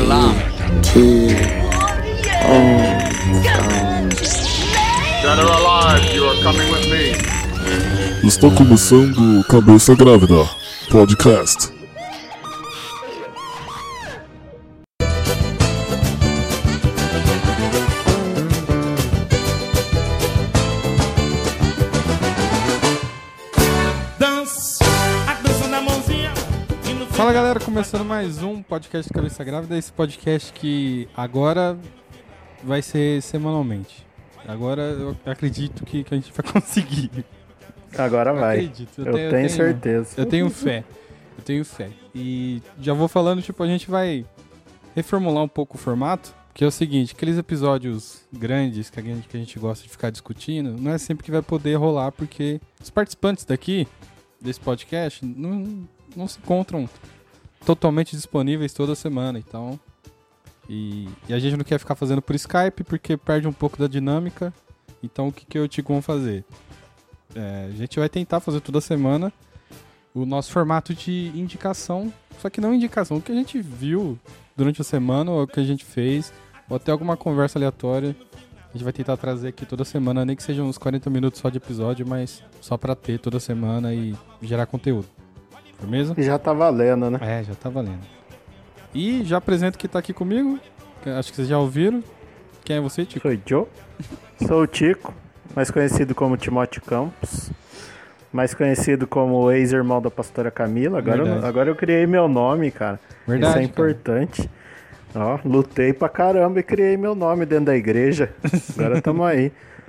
Está começando Cabeça Grávida Podcast. Fala galera, começando mais um podcast Cabeça Grávida. Esse podcast que agora vai ser semanalmente. Agora eu acredito que a gente vai conseguir. Agora vai. Acredito, eu tenho certeza. Eu tenho fé. E já vou falando, a gente vai reformular um pouco o formato, que é o seguinte, aqueles episódios grandes que a gente gosta de ficar discutindo, não é sempre que vai poder rolar, porque os participantes desse podcast não se encontram totalmente disponíveis toda semana, então... E a gente não quer ficar fazendo por Skype, porque perde um pouco da dinâmica. Então o que eu e o Tico vamos fazer? A gente vai tentar fazer toda semana o nosso formato de indicação, só que não indicação, o que a gente viu durante a semana, ou o que a gente fez, ou até alguma conversa aleatória. A gente vai tentar trazer aqui toda semana, nem que sejam uns 40 minutos só de episódio, mas só pra ter toda semana e gerar conteúdo. Firmeza? Já tá valendo, né? Já tá valendo. E já apresento quem tá aqui comigo, acho que vocês já ouviram. Quem é você, Tico? Sou o Joe, sou o Tico, mais conhecido como Timóteo Campos, mais conhecido como o ex-irmão da pastora Camila. Agora eu criei meu nome, cara. Verdade, isso é importante. Ó, lutei pra caramba e criei meu nome dentro da igreja. Agora tamo aí.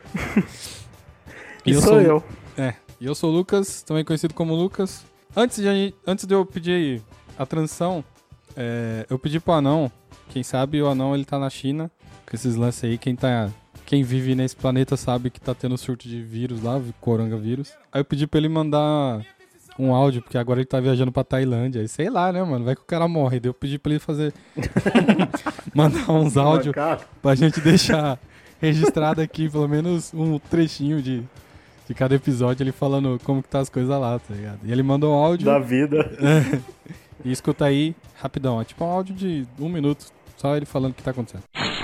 E sou eu. E eu sou o Lucas, também conhecido como Lucas. Antes de eu pedir a transição, eu pedi pro Anão, quem sabe o Anão ele tá na China, com esses lances aí, quem vive nesse planeta sabe que tá tendo surto de vírus lá, coronavírus. Aí eu pedi pra ele mandar um áudio, porque agora ele tá viajando pra Tailândia, aí sei lá, né, mano, vai que o cara morre. Daí eu pedi pra ele mandar uns áudios pra gente deixar registrado aqui, pelo menos um trechinho de cada episódio, ele falando como que tá as coisas lá, tá ligado? E ele mandou um áudio... Da vida. E escuta aí, rapidão, é tipo um áudio de 1 minuto, só ele falando o que tá acontecendo.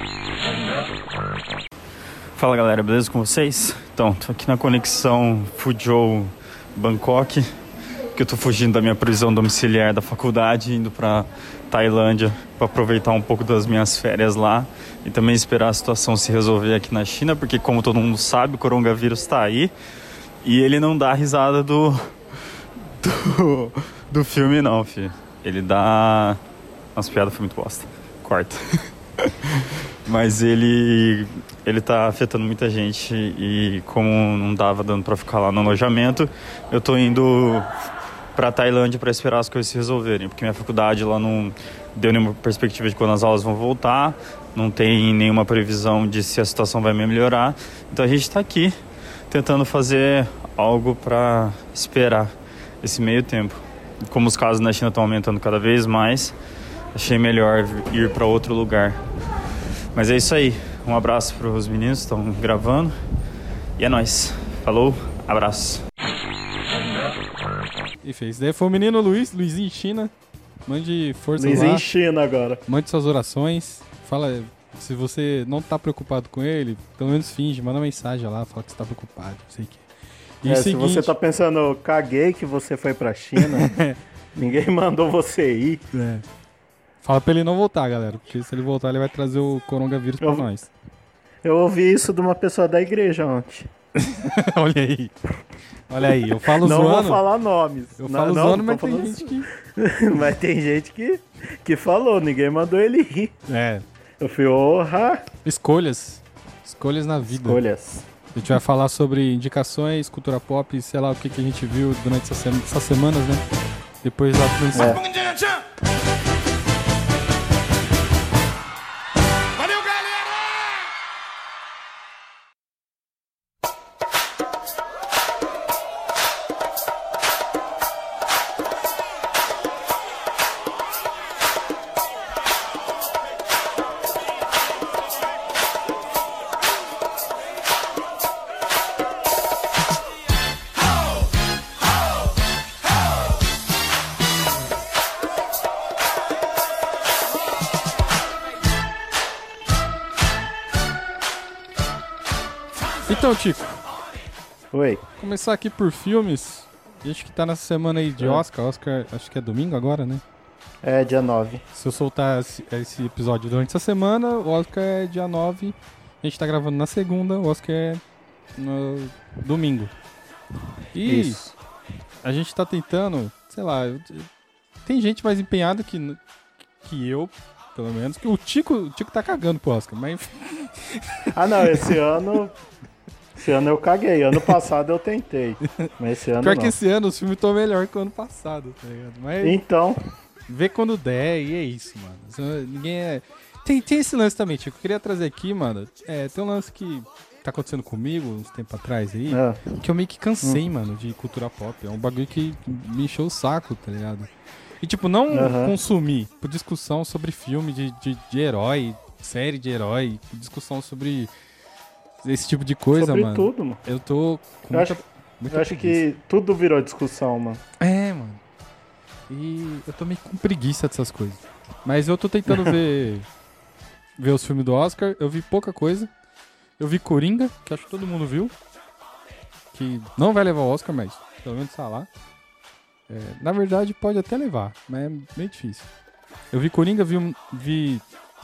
Fala galera, beleza com vocês? Então, tô aqui na conexão Fuzhou Bangkok, que eu tô fugindo da minha prisão domiciliar da faculdade, indo pra Tailândia pra aproveitar um pouco das minhas férias lá e também esperar a situação se resolver aqui na China, porque como todo mundo sabe, o coronavírus tá aí e ele não dá risada do filme não, filho. Ele dá... Nossa, piada foi muito bosta. Corta. Mas ele tá afetando muita gente e como não dava dando pra ficar lá no alojamento, eu tô indo pra Tailândia pra esperar as coisas se resolverem, porque minha faculdade lá não deu nenhuma perspectiva de quando as aulas vão voltar, não tem nenhuma previsão de se a situação vai melhorar, então a gente tá aqui tentando fazer algo pra esperar esse meio tempo. Como os casos na China estão aumentando cada vez mais, achei melhor ir para outro lugar. Mas é isso aí. Um abraço para os meninos que estão gravando. E é nóis. Falou, abraço. E fez. Daí foi o menino Luizinho China. Mande força Luizinho lá. China agora. Mande suas orações. Fala, se você não tá preocupado com ele, pelo menos finge, manda mensagem lá, fala que você tá preocupado, não sei o que. Se você tá pensando, caguei que você foi pra China, ninguém mandou você ir. Fala pra ele não voltar, galera, porque se ele voltar ele vai trazer o coronavírus pra nós. Eu ouvi isso de uma pessoa da igreja ontem. Olha aí, eu falo não zoando. Não vou falar nomes. Eu falo zoando, mas tem gente que... Mas tem gente que falou, ninguém mandou ele ir. Eu fui, Escolhas na vida. Escolhas. A gente vai falar sobre indicações, cultura pop, sei lá o que a gente viu durante essas semanas, né? Depois da transição. Valeu, galera! Então, Tico, Oi. começar aqui por filmes. A gente que tá nessa semana aí de Oscar. Oscar, acho que é domingo agora, né? É, dia 9. Se eu soltar esse episódio durante essa semana, o Oscar é dia 9. A gente tá gravando na segunda, o Oscar é no domingo. E Isso. a gente tá tentando, sei lá, tem gente mais empenhada que eu, pelo menos, que o Tico tá cagando pro Oscar, mas... Ah, não, esse ano eu caguei. Ano passado eu tentei, mas esse ano Pior não. que esse ano os filmes estão melhor que o ano passado, tá ligado? Mas Então, vê quando der e é isso, mano. Ninguém é... Tem esse lance também, Tico. Eu queria trazer aqui, mano. Tem um lance que tá acontecendo comigo uns tempos atrás aí, que eu meio que cansei, mano, de cultura pop. É um bagulho que me encheu o saco, tá ligado? E, tipo, não consumir por discussão sobre filme de herói, série de herói, discussão sobre esse tipo de coisa, sobre mano. tudo, mano. Eu tô com Eu acho muita preguiça. que tudo virou discussão, mano. É, mano. E eu tô meio com preguiça dessas coisas. Mas eu tô tentando ver os filmes do Oscar. Eu vi pouca coisa. Eu vi Coringa, que acho que todo mundo viu. Que não vai levar o Oscar, mas pelo menos tá lá. Na verdade, pode até levar, mas é meio difícil. Eu vi Coringa, vi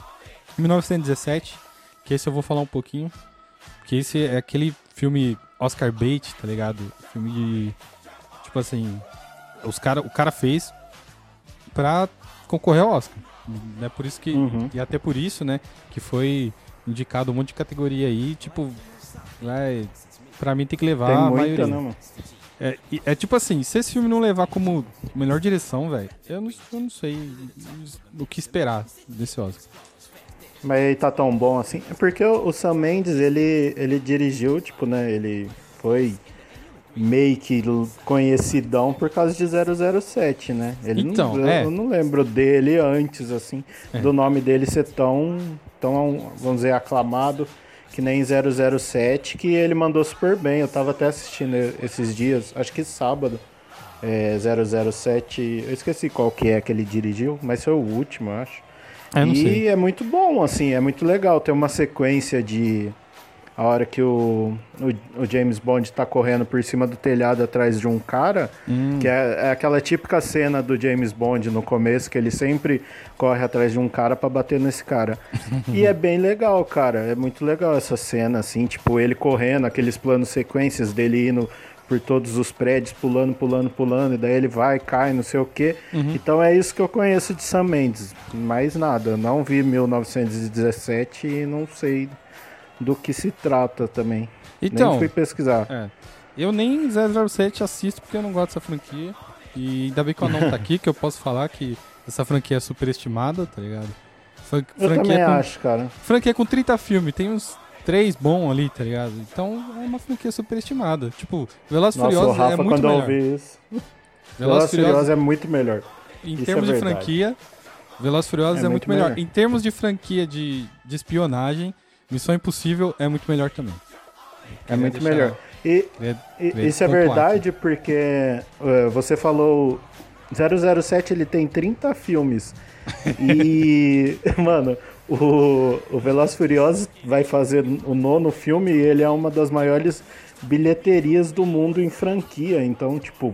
1917, que esse eu vou falar um pouquinho. Porque esse é aquele filme Oscar bait, tá ligado? Filme de... Tipo assim... O cara fez pra concorrer ao Oscar. É por isso que... E até por isso, né? Que foi indicado um monte de categoria aí. Tipo... Pra mim tem que levar Tem a muita, maioria. né, mano? É tipo assim, se esse filme não levar como melhor direção, velho, eu não sei o que esperar desse Oscar. Mas ele tá tão bom assim. É porque o Sam Mendes, ele dirigiu, tipo, né? Ele foi meio que conhecidão por causa de 007, né? Então, eu não lembro dele antes, assim, do nome dele ser tão, vamos dizer, aclamado que nem 007, que ele mandou super bem. Eu tava até assistindo esses dias, acho que sábado, 007, eu esqueci qual que ele dirigiu, mas foi o último, eu acho. Não sei. É muito bom, assim, é muito legal. Tem uma sequência de... A hora que o James Bond tá correndo por cima do telhado atrás de um cara, que é aquela típica cena do James Bond no começo, que ele sempre corre atrás de um cara pra bater nesse cara. E é bem legal, cara. É muito legal essa cena, assim, tipo, ele correndo, aqueles planos sequências dele indo por todos os prédios, pulando, e daí ele vai, cai, não sei o quê. Então é isso que eu conheço de Sam Mendes. Mais nada. Eu não vi 1917 e não sei do que se trata também. Então, nem fui pesquisar. Eu nem 007 assisto porque eu não gosto dessa franquia. E ainda bem que o Anão tá aqui, que eu posso falar que essa franquia é superestimada, tá ligado? Eu também acho, cara. Franquia com 30 filmes, tem uns 3 bons ali, tá ligado? Então é uma franquia superestimada. Tipo, Velozes e Furiosos Rafa, é muito quando melhor. eu ouvi isso... Velozes e Furiosos é muito melhor. Em Isso termos é de verdade. franquia, Velozes e Furiosos é muito melhor. Em termos de franquia de espionagem, Missão Impossível é muito melhor também. É muito melhor. E isso é verdade porque você falou 007, ele tem 30 filmes. E, mano, o Velozes e Furiosos vai fazer o 9º filme e ele é uma das maiores bilheterias do mundo em franquia. Então, tipo,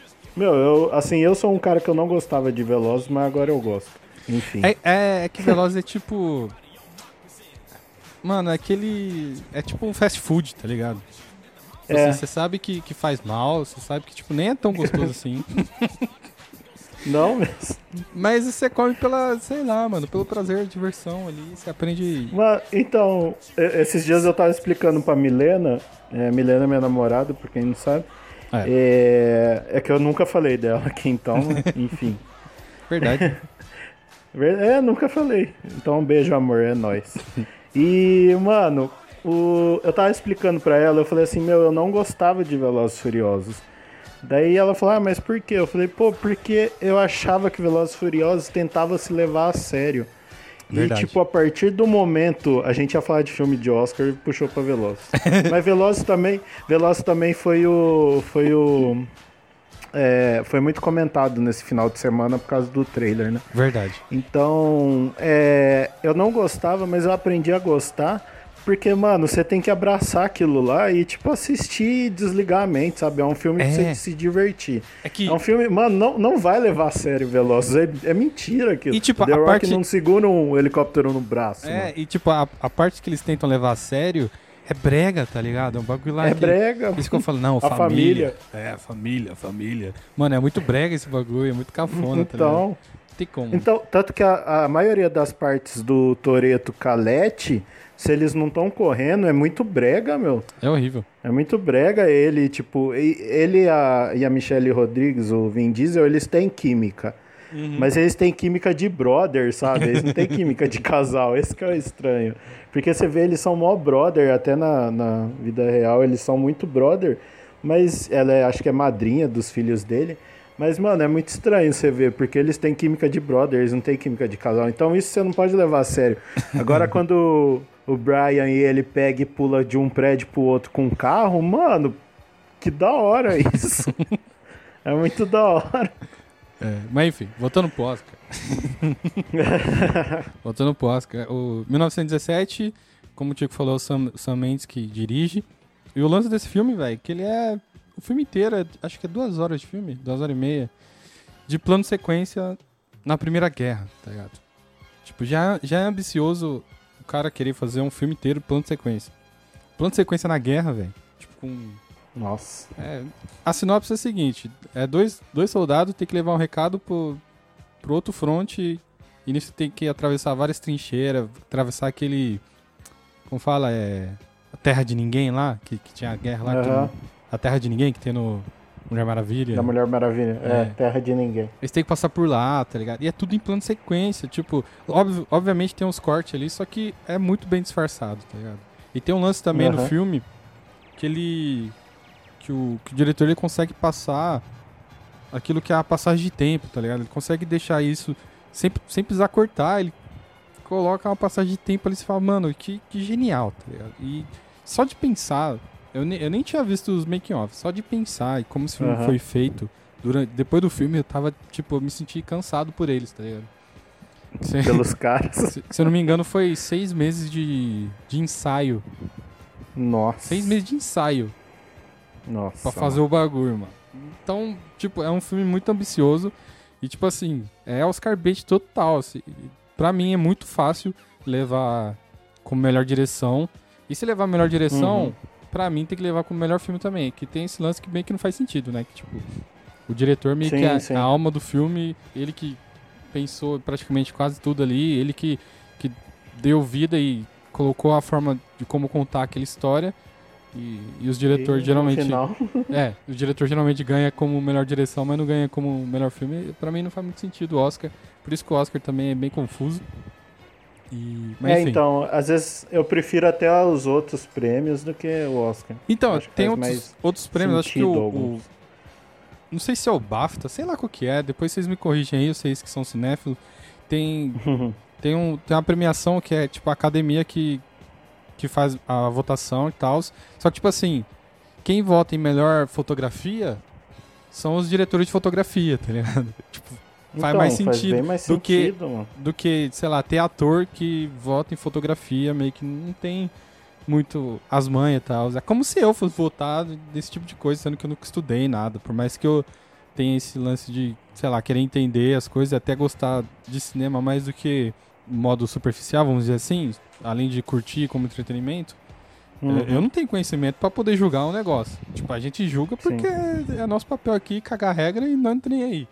eu sou um cara que eu não gostava de Velozes, mas agora eu gosto. Enfim. É que Velozes é tipo... Mano, é tipo um fast food, tá ligado? Você sabe que faz mal, você sabe que tipo, nem é tão gostoso assim. Não, mas você come sei lá, mano, pelo prazer, diversão ali, você aprende... Então, esses dias eu tava explicando pra Milena, Milena é minha namorada, por quem não sabe, é que eu nunca falei dela aqui, então, enfim. Verdade. Nunca falei. Então, um beijo, amor, é nóis. E, mano, eu tava explicando pra ela, eu falei assim, eu não gostava de Velozes e Furiosos. Daí ela falou, mas por quê? Eu falei, porque eu achava que Velozes e Furiosos tentava se levar a sério. Verdade. E, tipo, a partir do momento, a gente ia falar de filme de Oscar e puxou pra Velozes. Mas Velozes também foi muito comentado nesse final de semana por causa do trailer, né? Verdade. Então, eu não gostava, mas eu aprendi a gostar Porque, mano, você tem que abraçar aquilo lá e, tipo, assistir e desligar a mente, sabe? É um filme pra você se divertir. que... É um filme, mano, não vai levar a sério Velozes. É mentira aquilo. E, tipo, The a Rock parte... não segura um helicóptero no braço. Mano. E, tipo, a parte que eles tentam levar a sério é brega, tá ligado? É um bagulho lá brega. Isso que eu falo, não, a família. Família. Mano, é muito brega esse bagulho, é muito cafona, tá ligado? Então... Tem como. Então, tanto que a maioria das partes do Toretto Calete, se eles não estão correndo, é muito brega, meu. É horrível. É muito brega ele, tipo... Ele e a Michelle Rodrigues, o Vin Diesel, eles têm química. Mas eles têm química de brother, sabe? Eles não têm química de casal. Esse que é o estranho. Porque você vê, eles são mó brother. Até na vida real, eles são muito brother. Mas ela acho que é madrinha dos filhos dele. Mas, mano, é muito estranho você ver, porque eles têm química de brother, eles não têm química de casal. Então isso você não pode levar a sério. Agora, quando o Brian e ele pega e pula de um prédio pro outro com um carro, mano, que da hora isso. É muito da hora. Mas enfim, voltando pro Oscar. Voltando pro Oscar. O 1917, como o Tico falou, o Sam Mendes que dirige. E o lance desse filme, velho, que ele é... O filme inteiro, acho que é 2 horas de filme, 2 horas e meia, de plano sequência na Primeira Guerra, tá ligado? Tipo, já é ambicioso o cara querer fazer um filme inteiro plano sequência. Plano sequência na guerra, velho. Tipo, com... Nossa. A sinopse é a seguinte, dois soldados tem que levar um recado pro outro fronte e nisso tem que atravessar várias trincheiras, atravessar aquele... Como fala? A Terra de Ninguém lá, que tinha a guerra lá, a Terra de Ninguém que tem no Mulher Maravilha. Da Mulher Maravilha, Terra de Ninguém. Eles têm que passar por lá, tá ligado? E é tudo em plano de sequência, tipo... Obviamente tem uns cortes ali, só que é muito bem disfarçado, tá ligado? E tem um lance também no filme que o diretor ele consegue passar aquilo que é a passagem de tempo, tá ligado? Ele consegue deixar isso sem precisar cortar, ele coloca uma passagem de tempo ali e você fala, mano, que genial, tá ligado? E só de pensar... Eu nem tinha visto os making-of, só de pensar e como esse filme foi feito, depois do filme eu tava, tipo, eu me senti cansado por eles, tá ligado? Pelos caras. Se eu não me engano, foi 6 meses de ensaio. Nossa. 6 meses de ensaio. Nossa. Pra fazer o bagulho, mano. Então, tipo, é um filme muito ambicioso e, tipo assim, é Oscar bait total, assim. Pra mim é muito fácil levar como melhor direção. E se levar melhor direção... Pra mim tem que levar como melhor filme também, que tem esse lance que bem que não faz sentido, né? Que tipo, o diretor meio que é a alma do filme, ele que pensou praticamente quase tudo ali, ele que deu vida e colocou a forma de como contar aquela história. E os diretores geralmente... o diretor geralmente ganha como melhor direção, mas não ganha como melhor filme. Pra mim não faz muito sentido o Oscar, por isso que o Oscar também é bem confuso. Mas, enfim. Então, às vezes eu prefiro até os outros prêmios do que o Oscar. Então, tem outros prêmios, acho que não sei se é o BAFTA, sei lá qual que é, depois vocês me corrigem aí, vocês que são cinéfilos. Tem uma premiação que é tipo a academia que faz a votação e tal. Só que, tipo assim, quem vota em melhor fotografia são os diretores de fotografia, tá ligado? Tipo, faz mais sentido do que, sei lá, ter ator que vota em fotografia, meio que não tem muito as manhas e tal. É como se eu fosse votar desse tipo de coisa, sendo que eu nunca estudei nada. Por mais que eu tenha esse lance de, sei lá, querer entender as coisas e até gostar de cinema mais do que modo superficial, vamos dizer assim, além de curtir como entretenimento, eu não tenho conhecimento pra poder julgar um negócio. Tipo, a gente julga porque é nosso papel aqui cagar regra e não entra nem aí.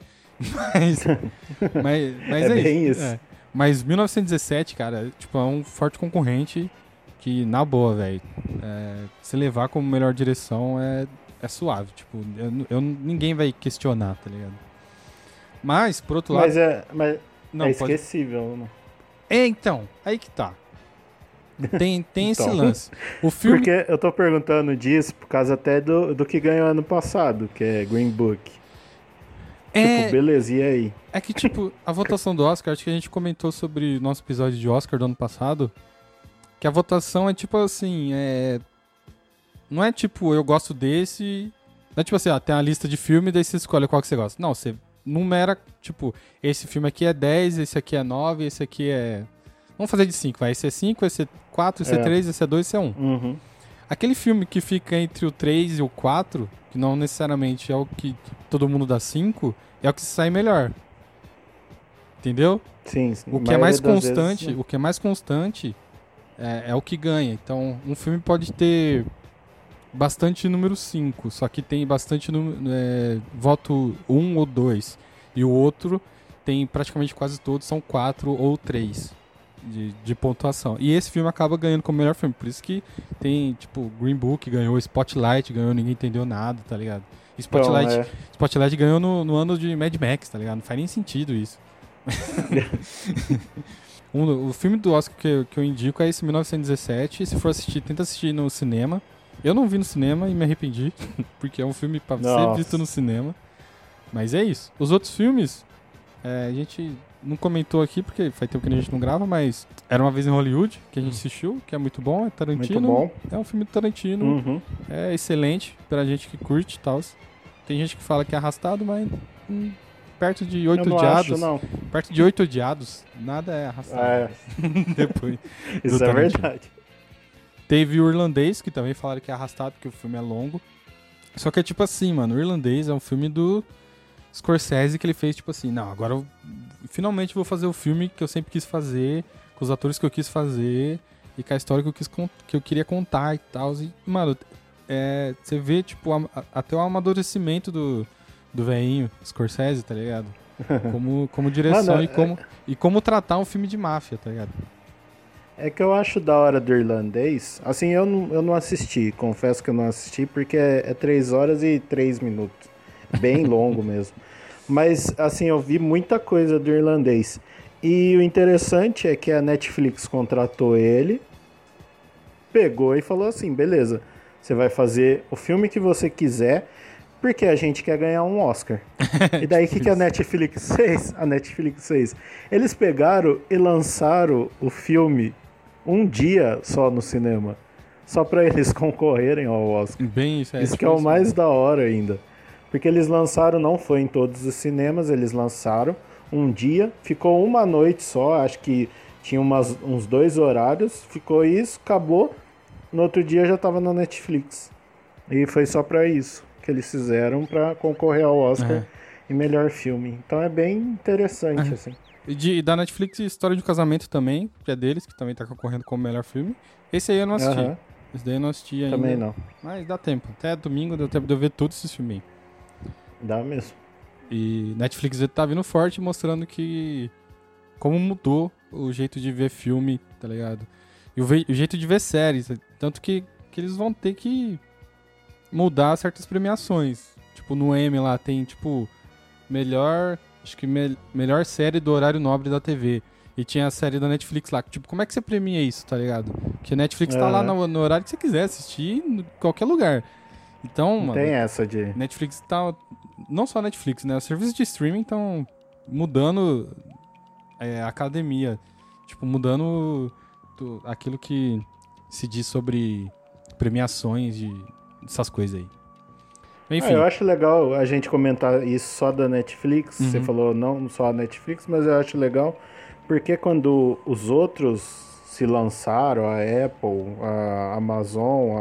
Mas é bem isso. Mas 1917, cara, tipo, é um forte concorrente que, na boa, velho, se levar como melhor direção é suave. Tipo, ninguém vai questionar, tá ligado? Mas, por outro lado... Não, é esquecível, né? Então, aí que tá. Tem esse lance. O filme... Porque eu tô perguntando disso por causa até do que ganhou ano passado, que é Green Book. Tipo, beleza, e aí? É que, tipo, a votação do Oscar, acho que a gente comentou sobre o nosso episódio de Oscar do ano passado, que a votação é tipo assim, não é tipo, eu gosto desse... Não é tipo assim, tem uma lista de filme, daí você escolhe qual que você gosta. Não, você numera, tipo, esse filme aqui é 10, esse aqui é 9, esse aqui é Vamos fazer de 5, vai. Esse é 5, esse é 4, esse é 3, esse é 2, esse é 1. Uhum. Aquele filme que fica entre o 3 e o 4, que não necessariamente é o que todo mundo dá 5, é o que sai melhor. Entendeu? Sim. O que é mais constante, é o que ganha. Então, um filme pode ter bastante número 5, só que tem bastante voto 1 ou 2. E o outro tem praticamente quase todos, são 4 ou 3 de pontuação. E esse filme acaba ganhando como melhor filme. Por isso que tem, tipo, Green Book ganhou, Spotlight ganhou, ninguém entendeu nada, tá ligado? Spotlight ganhou no ano de Mad Max, tá ligado? Não faz nem sentido isso. O filme do Oscar que eu indico é esse 1917. Se for assistir, tenta assistir no cinema. Eu não vi no cinema e me arrependi, porque é um filme pra ser visto no cinema. Mas é isso. Os outros filmes, a gente não comentou aqui, porque faz tempo que a gente não grava, mas Era Uma Vez em Hollywood, que a gente assistiu, que é muito bom, é Tarantino. Muito bom. É um filme do Tarantino, Uhum. é excelente pra gente que curte e tal. Tem gente que fala que é arrastado, mas perto de 8 odiados. Acho, não. Perto de 8 odiados, nada é arrastado. Depois Isso é verdade. Teve o Irlandês, que também falaram que é arrastado, porque o filme é longo. Só que é tipo assim, mano, o Irlandês é um filme do Scorsese que ele fez tipo assim, não, agora eu finalmente vou fazer o filme que eu sempre quis fazer, com os atores que eu quis fazer e com a história que eu queria contar e tal. E, mano, você vê, tipo, até o amadurecimento do velhinho Scorsese, tá ligado? Como direção e como tratar um filme de máfia, tá ligado? É que eu acho da hora do Irlandês. Assim, eu não assisti, confesso que eu não assisti, porque é 3 horas e 3 minutos. Bem longo mesmo. Mas, assim, eu vi muita coisa do Irlandês. E o interessante é que a Netflix contratou ele, pegou e falou assim, beleza, você vai fazer o filme que você quiser, porque a gente quer ganhar um Oscar. E daí, o que a Netflix fez? A Netflix fez. Eles pegaram e lançaram o filme um dia só no cinema. Só pra eles concorrerem ao Oscar. Bem, isso que é o mais da hora ainda. Porque eles lançaram, não foi em todos os cinemas, eles lançaram um dia, ficou uma noite só, acho que tinha uns 2 horários, ficou isso, acabou, no outro dia já tava na Netflix. E foi só pra isso que eles fizeram pra concorrer ao Oscar em melhor filme. Então é bem interessante, assim. E da Netflix, História de um Casamento também, que é deles, que também tá concorrendo como melhor filme. Esse aí eu não assisti. Esse daí eu não assisti ainda. Também não. Mas dá tempo. Até domingo deu tempo de eu ver todos esses filmes aí. Dá mesmo. E Netflix tá vindo forte, mostrando que como mudou o jeito de ver filme, tá ligado? E o jeito de ver séries. Tanto que eles vão ter que mudar certas premiações. Tipo, no Emmy lá tem, tipo, melhor série do horário nobre da TV. E tinha a série da Netflix lá. Tipo, como é que você premia isso, tá ligado? Porque a Netflix tá lá no horário que você quiser assistir, em qualquer lugar. Então, mano, tem essa de... Netflix tá... Não só a Netflix, né? Os serviços de streaming estão mudando a academia. Tipo, mudando aquilo que se diz sobre premiações dessas coisas aí. Enfim. Eu acho legal a gente comentar isso só da Netflix. Você falou não só a Netflix, mas eu acho legal porque quando os outros se lançaram, a Apple, a Amazon,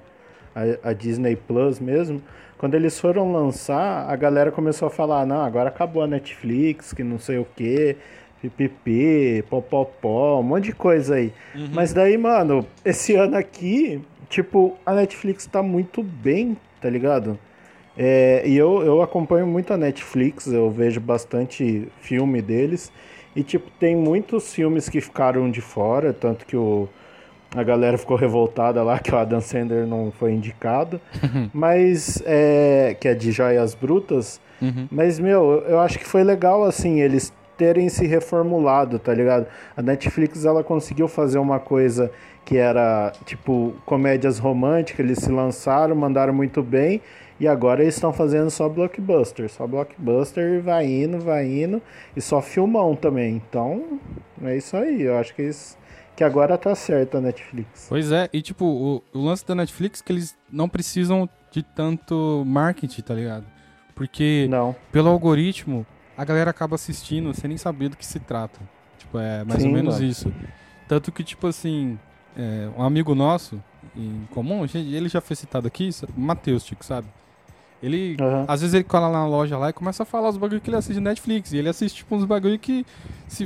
a Disney Plus mesmo, quando eles foram lançar, a galera começou a falar, não, agora acabou a Netflix, que não sei o que, pipipi, popopó, um monte de coisa aí. Mas daí, mano, esse ano aqui, tipo, a Netflix tá muito bem, tá ligado? E eu acompanho muito a Netflix, eu vejo bastante filme deles, e tipo, tem muitos filmes que ficaram de fora, tanto que a galera ficou revoltada lá que o Adam Sandler não foi indicado, mas que é de Joias Brutas. Mas, meu, eu acho que foi legal, assim, eles terem se reformulado, tá ligado? A Netflix, ela conseguiu fazer uma coisa que era, tipo, comédias românticas, eles se lançaram, mandaram muito bem, e agora eles estão fazendo só blockbuster, vai indo, e só filmão também. Então, é isso aí, eu acho que agora tá certo a Netflix. Pois é, e tipo, o lance da Netflix é que eles não precisam de tanto marketing, tá ligado? Porque pelo algoritmo, a galera acaba assistindo sem nem saber do que se trata. Tipo, é mais Sim, ou menos mano. isso. Tanto que, tipo assim, um amigo nosso, em comum, ele já foi citado aqui, o Matheus, Tico, sabe? Ele, Aham. às vezes ele cola lá na loja lá e começa a falar os bagulho que ele assiste na Netflix. E ele assiste, tipo, uns bagulho que se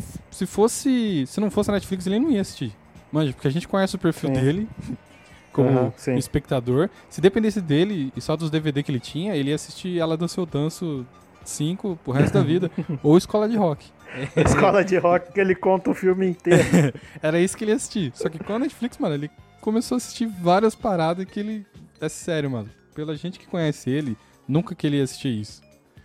não fosse a Netflix, ele não ia assistir. Manja, porque a gente conhece o perfil Sim. dele como Aham, sim. espectador. Se dependesse dele e só dos DVD que ele tinha, ele ia assistir Ela Dança Eu Danço 5 pro resto da vida. Ou Escola de Rock. Escola de rock que ele conta o filme inteiro. Era isso que ele ia assistir. Só que com a Netflix, mano, ele começou a assistir várias paradas que ele... É sério, mano. Pela gente que conhece ele, nunca que ele ia assistir isso.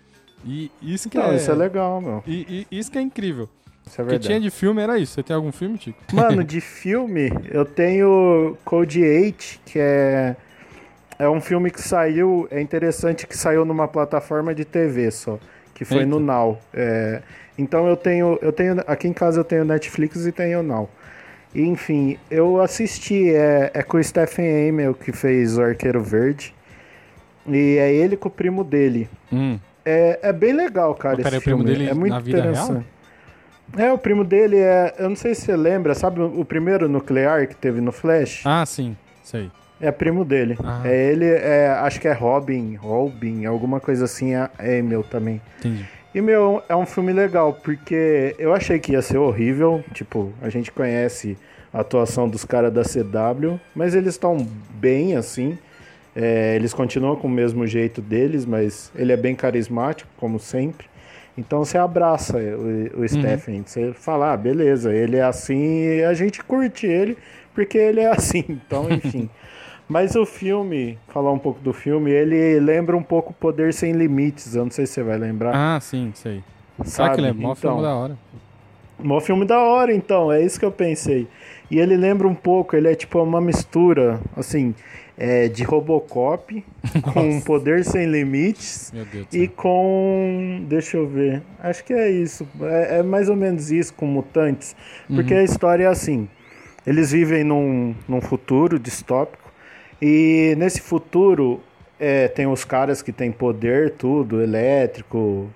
E isso que Não, isso é legal, meu. E isso que é incrível. Isso é O que verdade. tinha de filme era isso. Você tem algum filme, Tico? Mano, de filme, eu tenho Code 8, que é um filme que saiu, é interessante que saiu numa plataforma de TV só, que foi Eita. no Now. Então eu tenho, aqui em casa eu tenho Netflix e tenho Now. E, enfim, eu assisti, é com o Stephen Amell, que fez O Arqueiro Verde, e é ele com o primo dele. É bem legal, cara, Mas peraí, esse o primo filme. dele É muito na vida interessante. O primo dele eu não sei se você lembra, sabe o primeiro nuclear que teve no Flash? Ah, sim. Sei. É primo dele. Ah. Acho que é Robin, alguma coisa assim, é Emil também. Entendi. E, meu, é um filme legal, porque eu achei que ia ser horrível, tipo, a gente conhece a atuação dos caras da CW, mas eles estão bem, assim, eles continuam com o mesmo jeito deles, mas ele é bem carismático, como sempre. Então você abraça o Stephen, você fala, beleza, ele é assim e a gente curte ele porque ele é assim, então enfim. Mas o filme, falar um pouco do filme, ele lembra um pouco Poder Sem Limites, eu não sei se você vai lembrar. Ah, sim, sei. sabe? Sabe que ele é mó filme da hora. Mó filme da hora, então, é isso que eu pensei. E ele lembra um pouco, ele é tipo uma mistura, assim, de Robocop com Poder Sem Limites Meu Deus do e céu. com... Deixa eu ver. Acho que é isso. É mais ou menos isso com mutantes. Porque a história é assim. Eles vivem num futuro distópico. E nesse futuro tem os caras que têm poder, tudo, elétrico,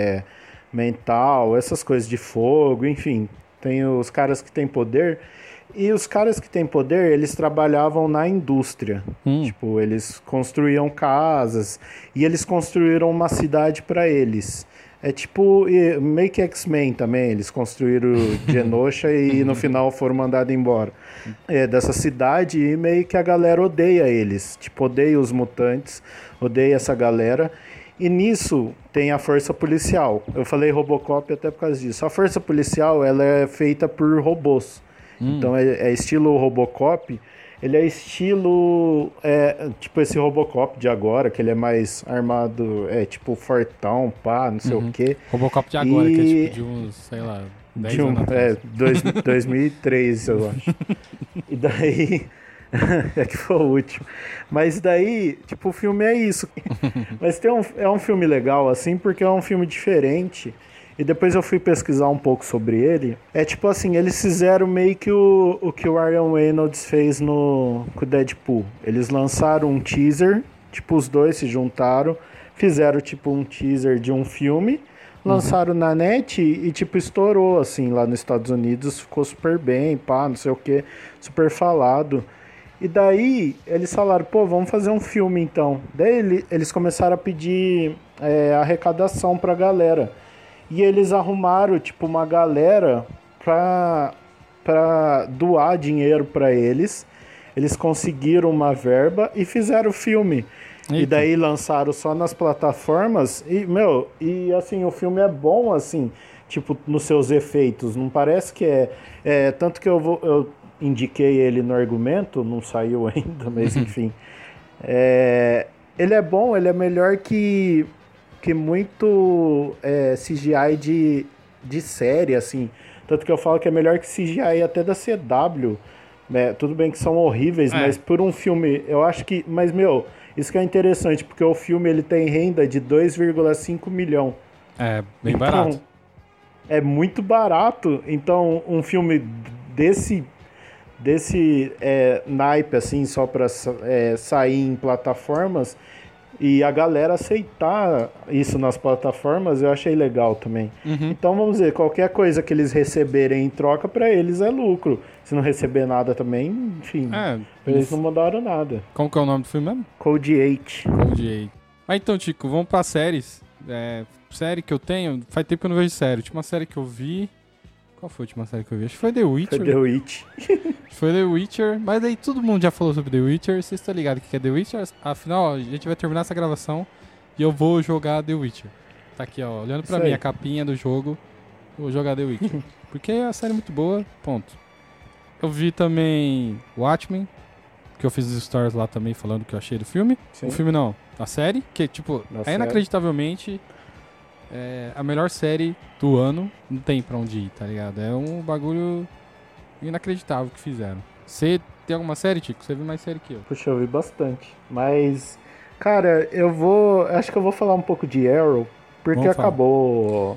mental, essas coisas de fogo, enfim. Tem os caras que têm poder. E os caras que têm poder, eles trabalhavam na indústria. Tipo, eles construíam casas e eles construíram uma cidade para eles. É tipo, meio que X-Men também, eles construíram Genosha e no final foram mandados embora. Dessa cidade e meio que a galera odeia eles. Tipo, odeia os mutantes, odeia essa galera. E nisso tem a força policial. Eu falei Robocop até por causa disso. A força policial, ela é feita por robôs. Então é estilo Robocop. Ele é estilo tipo esse Robocop de agora, que ele é mais armado, tipo fortão, pá, não sei o quê. Robocop de agora, que é tipo de uns, sei lá, 10 anos atrás. 2003, eu acho. E daí... é que foi o último. Mas daí, tipo, o filme é isso. Mas é um filme legal, assim, porque é um filme diferente. E depois eu fui pesquisar um pouco sobre ele. É tipo assim, eles fizeram meio que o que o Ryan Reynolds fez com o Deadpool. Eles lançaram um teaser, tipo, os dois se juntaram, fizeram tipo um teaser de um filme, lançaram na net e tipo estourou assim lá nos Estados Unidos, ficou super bem, pá, não sei o que, super falado. E daí eles falaram, pô, vamos fazer um filme então. Daí eles começaram a pedir arrecadação pra galera. E eles arrumaram, tipo, uma galera pra doar dinheiro pra eles. Eles conseguiram uma verba e fizeram o filme. Eita. E daí lançaram só nas plataformas. E assim, o filme é bom, assim, tipo, nos seus efeitos. Não parece que tanto que eu indiquei ele no argumento, não saiu ainda, mas enfim. Ele é bom, ele é melhor que muito CGI de série, assim. Tanto que eu falo que é melhor que CGI até da CW. Tudo bem que são horríveis, mas por um filme, eu acho que... Mas, isso que é interessante, porque o filme ele tem renda de 2,5 milhão. É, bem barato. É muito barato. Então, um filme desse naipe, assim, só pra sair em plataformas... E a galera aceitar isso nas plataformas, eu achei legal também. Então, vamos dizer, qualquer coisa que eles receberem em troca, pra eles é lucro. Se não receber nada também, enfim, eles não mudaram nada. Como que é o nome do filme mesmo? Code 8. Code 8. Mas então, Tico, vamos pra séries. Série que eu tenho, faz tempo que eu não vejo série. A última série que eu vi... Qual foi a última série que eu vi? Acho que foi The Witcher. Foi The Witch. Foi The Witcher, mas aí todo mundo já falou sobre The Witcher. Vocês estão ligados que é The Witcher? Afinal, ó, a gente vai terminar essa gravação e eu vou jogar The Witcher. Tá aqui, ó, olhando pra mim, a capinha do jogo. Eu vou jogar The Witcher. Porque a série é muito boa, ponto. Eu vi também Watchmen, que eu fiz os stories lá também falando que eu achei do filme. Sim. O filme não, a série, que tipo, inacreditavelmente a melhor série do ano. Não tem pra onde ir, tá ligado? É um bagulho inacreditável que fizeram. Você tem alguma série, Tico? Você viu mais série que eu? Puxa, eu vi bastante. Mas, cara, acho que eu vou falar um pouco de Arrow, porque acabou.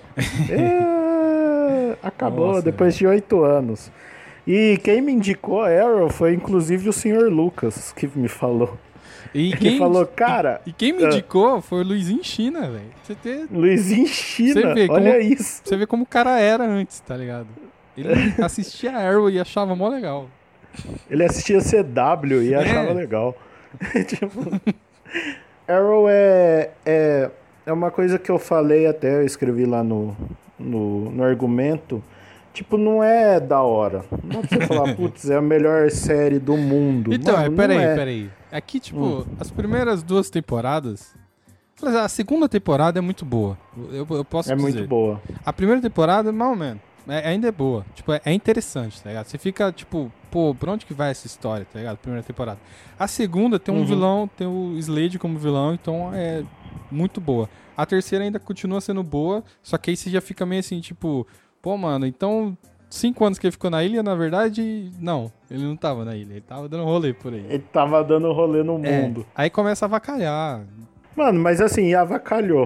Acabou. Nossa, depois de 8 anos. E quem me indicou a Arrow foi inclusive o Sr. Lucas, que me falou. Ele falou, cara... E quem me indicou foi o Luizinho China, velho. Luizinho China, olha isso. Você vê como o cara era antes, tá ligado? Ele assistia a Arrow e achava mó legal. Ele assistia CW e achava legal. Tipo, Arrow é uma coisa que eu falei até, eu escrevi lá no argumento. Tipo, não é da hora. Não dá pra você falar, putz, é a melhor série do mundo. Então, peraí. Aqui, tipo, as primeiras 2 temporadas... A segunda temporada é muito boa. Eu posso dizer. É muito boa. A primeira temporada, mal ou menos, ainda é boa. Tipo, é interessante, tá ligado? Você fica, tipo, pô, pra onde que vai essa história, tá ligado? Primeira temporada. A segunda tem um vilão, tem o Slade como vilão, então é muito boa. A terceira ainda continua sendo boa, só que aí você já fica meio assim, tipo... Pô, mano, então 5 anos que ele ficou na ilha, na verdade, não. Ele não tava na ilha, ele tava dando rolê por aí. Ele tava dando rolê no mundo. Aí começa a avacalhar. Mano, mas assim, avacalhou.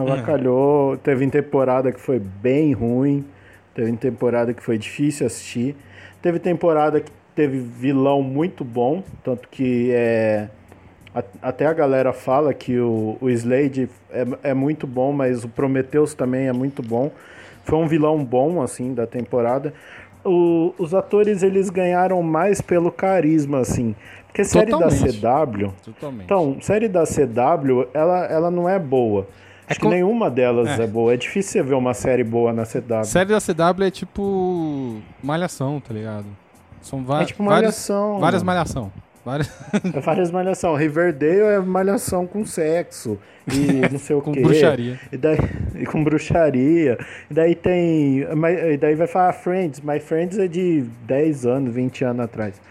Teve temporada que foi bem ruim. Teve temporada que foi difícil assistir. Teve temporada que teve vilão muito bom. Tanto que até a galera fala que o Slade é muito bom, mas o Prometheus também é muito bom. Foi um vilão bom, assim, da temporada. Os atores, eles ganharam mais pelo carisma, assim. Porque série da CW... Totalmente. Então, série da CW, ela não é boa. Acho que nenhuma delas é boa. É difícil você ver uma série boa na CW. Série da CW é tipo Malhação, tá ligado? São tipo Malhação. Várias Malhação. Várias Malhação. Riverdale é Malhação com sexo. E não sei o com quê. Bruxaria. E com bruxaria. E daí vai falar Friends. Mas Friends é de 10 anos, 20 anos atrás.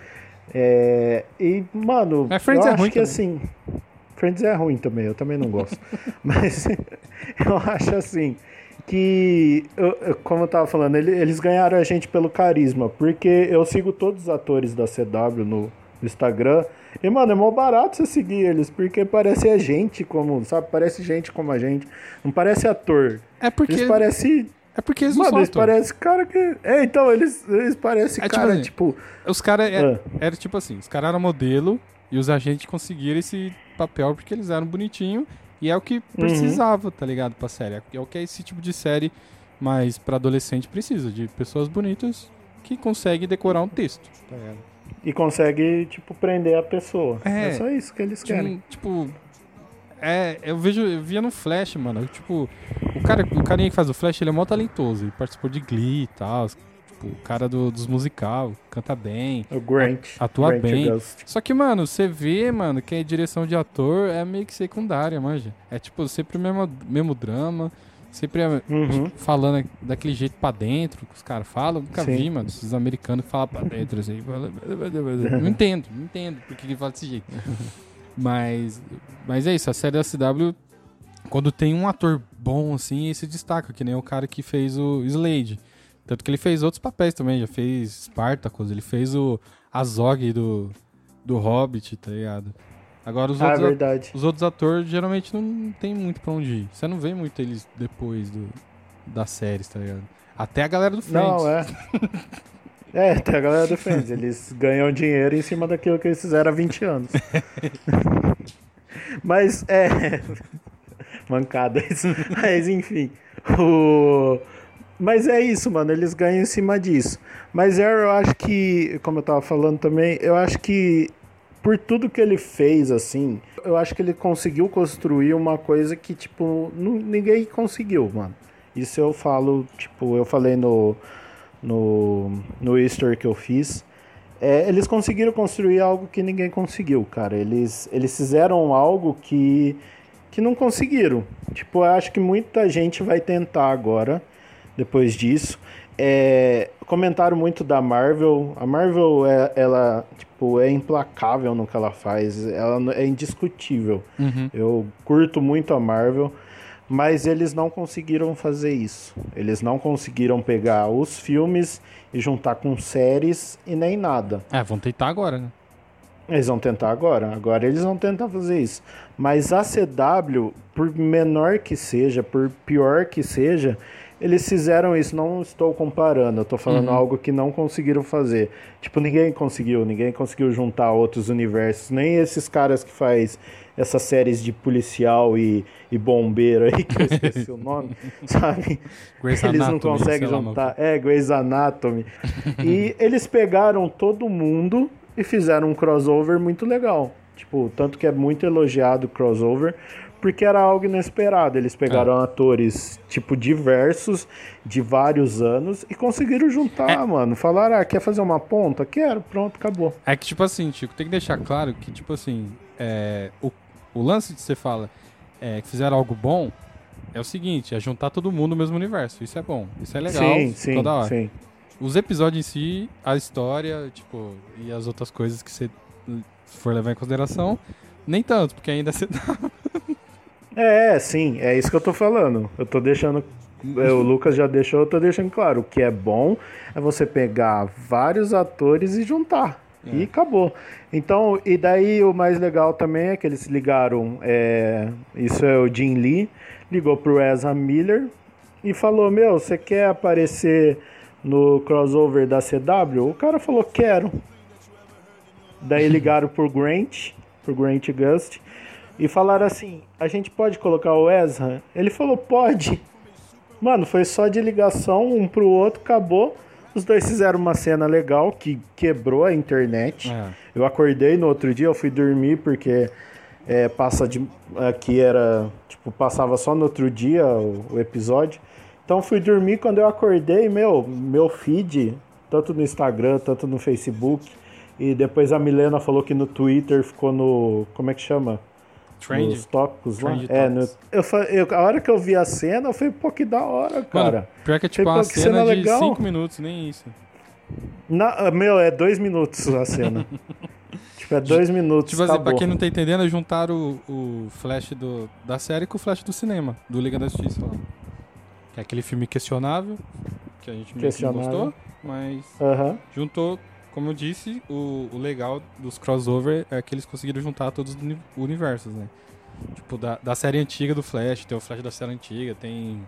E, mano, mas Friends eu é acho ruim que também. assim... Friends é ruim também, eu também não gosto. Mas eu acho assim que, como eu tava falando, eles ganharam a gente pelo carisma, porque eu sigo todos os atores da CW no Instagram, e, mano, é mó barato você seguir eles, porque parece a gente como, sabe, parece gente como a gente, não parece ator. Eles não mano, são eles parecem cara que... então, eles parecem cara, tipo... Os caras era tipo assim, os caras eram modelo e os agentes conseguiram esse papel porque eles eram bonitinhos e é o que precisava, tá ligado, pra série. É o que esse tipo de série mais pra adolescente precisa, de pessoas bonitas que conseguem decorar um texto, tá ligado? E consegue, tipo, prender a pessoa. É só isso que eles querem. Tipo... eu via no Flash, mano. Tipo, o carinha que faz o Flash, ele é mó talentoso. Ele participou de Glee e tal. Tipo, o cara dos musical, canta bem. O Grant. Atua Grant bem. August. Só que, mano, você vê, mano, que a direção de ator é meio que secundária, manja. É tipo, sempre o mesmo drama. Sempre falando daquele jeito pra dentro que os caras falam. Nunca vi, mano, esses americanos que falam pra dentro assim. Não entendo porque ele fala desse jeito. Mas é isso, a série da CW, quando tem um ator bom, assim, ele se destaca, que nem o cara que fez o Slade. Tanto que ele fez outros papéis também, já fez Spartacus, ele fez o Azog do Hobbit, tá ligado? Agora os outros atores geralmente não tem muito pra onde ir. Você não vê muito eles depois das séries, tá ligado? Até a galera do Friends. Não, até a galera do Friends. Eles ganham dinheiro em cima daquilo que eles fizeram há 20 anos. Mas, mancada isso. Mas, enfim. Mas é isso, mano. Eles ganham em cima disso. Mas Arrow, eu acho que, como eu tava falando também, eu acho que por tudo que ele fez, assim, eu acho que ele conseguiu construir uma coisa que, tipo, ninguém conseguiu, mano. Isso eu falo, tipo, eu falei no Easter que eu fiz. Eles conseguiram construir algo que ninguém conseguiu, cara. Eles fizeram algo que não conseguiram. Tipo, eu acho que muita gente vai tentar agora, depois disso. Comentaram muito da Marvel. A Marvel, ela tipo, é implacável no que ela faz. Ela é indiscutível. Uhum. Eu curto muito a Marvel, mas eles não conseguiram fazer isso. Eles não conseguiram pegar os filmes e juntar com séries e nem nada. Vão tentar agora, né? Eles vão tentar agora. Agora eles vão tentar fazer isso. Mas a CW, por menor que seja, por pior que seja, eles fizeram isso. Não estou comparando, eu estou falando algo que não conseguiram fazer. Tipo, ninguém conseguiu juntar outros universos. Nem esses caras que faz essas séries de policial e bombeiro aí, que eu esqueci o nome, sabe? Grey's Eles Anatomy, não conseguem juntar. Grey's Anatomy. E eles pegaram todo mundo e fizeram um crossover muito legal. Tipo, tanto que é muito elogiado o crossover, porque era algo inesperado. Eles pegaram atores, tipo, diversos, de vários anos, e conseguiram juntar, mano. Falaram, quer fazer uma ponta? Quero, pronto, acabou. É que, tipo assim, Chico, tem que deixar claro que, tipo assim, o lance de você fala que fizeram algo bom é o seguinte, é juntar todo mundo no mesmo universo. Isso é bom, isso é legal, ficou da hora. Sim. Os episódios em si, a história, tipo, e as outras coisas que você for levar em consideração, nem tanto, porque ainda você dá. Sim, é isso que eu tô falando. Eu tô deixando. O Lucas já deixou, eu tô deixando claro. O que é bom é você pegar vários atores e juntar. E acabou. Então, e daí o mais legal também é que eles ligaram. Isso é o Jim Lee, ligou pro Ezra Miller e falou: Meu, você quer aparecer no crossover da CW? O cara falou: Quero. Daí ligaram pro Grant Gust. E falaram assim, a gente pode colocar o Ezra? Ele falou, pode. Mano, foi só de ligação, um pro outro, acabou. Os dois fizeram uma cena legal que quebrou a internet. Eu acordei no outro dia, eu fui dormir porque aqui era, tipo, passava só no outro dia o episódio. Então fui dormir, quando eu acordei, meu feed, tanto no Instagram, tanto no Facebook, e depois a Milena falou que no Twitter ficou no, como é que chama? Nos tópicos lá. A hora que eu vi a cena, eu falei, pô, que da hora, cara. Mano, pior que é tipo uma cena de 5 minutos, nem isso. É 2 minutos a cena. Tipo, é 2 minutos, tipo assim, pra quem não tá entendendo, é juntar o flash da série com o flash do cinema, do Liga da Justiça lá. Que é aquele filme questionável, que a gente não gostou, mas juntou. Como eu disse, o legal dos crossover é que eles conseguiram juntar todos os universos, né? Tipo, da série antiga do Flash, tem o Flash da série antiga, tem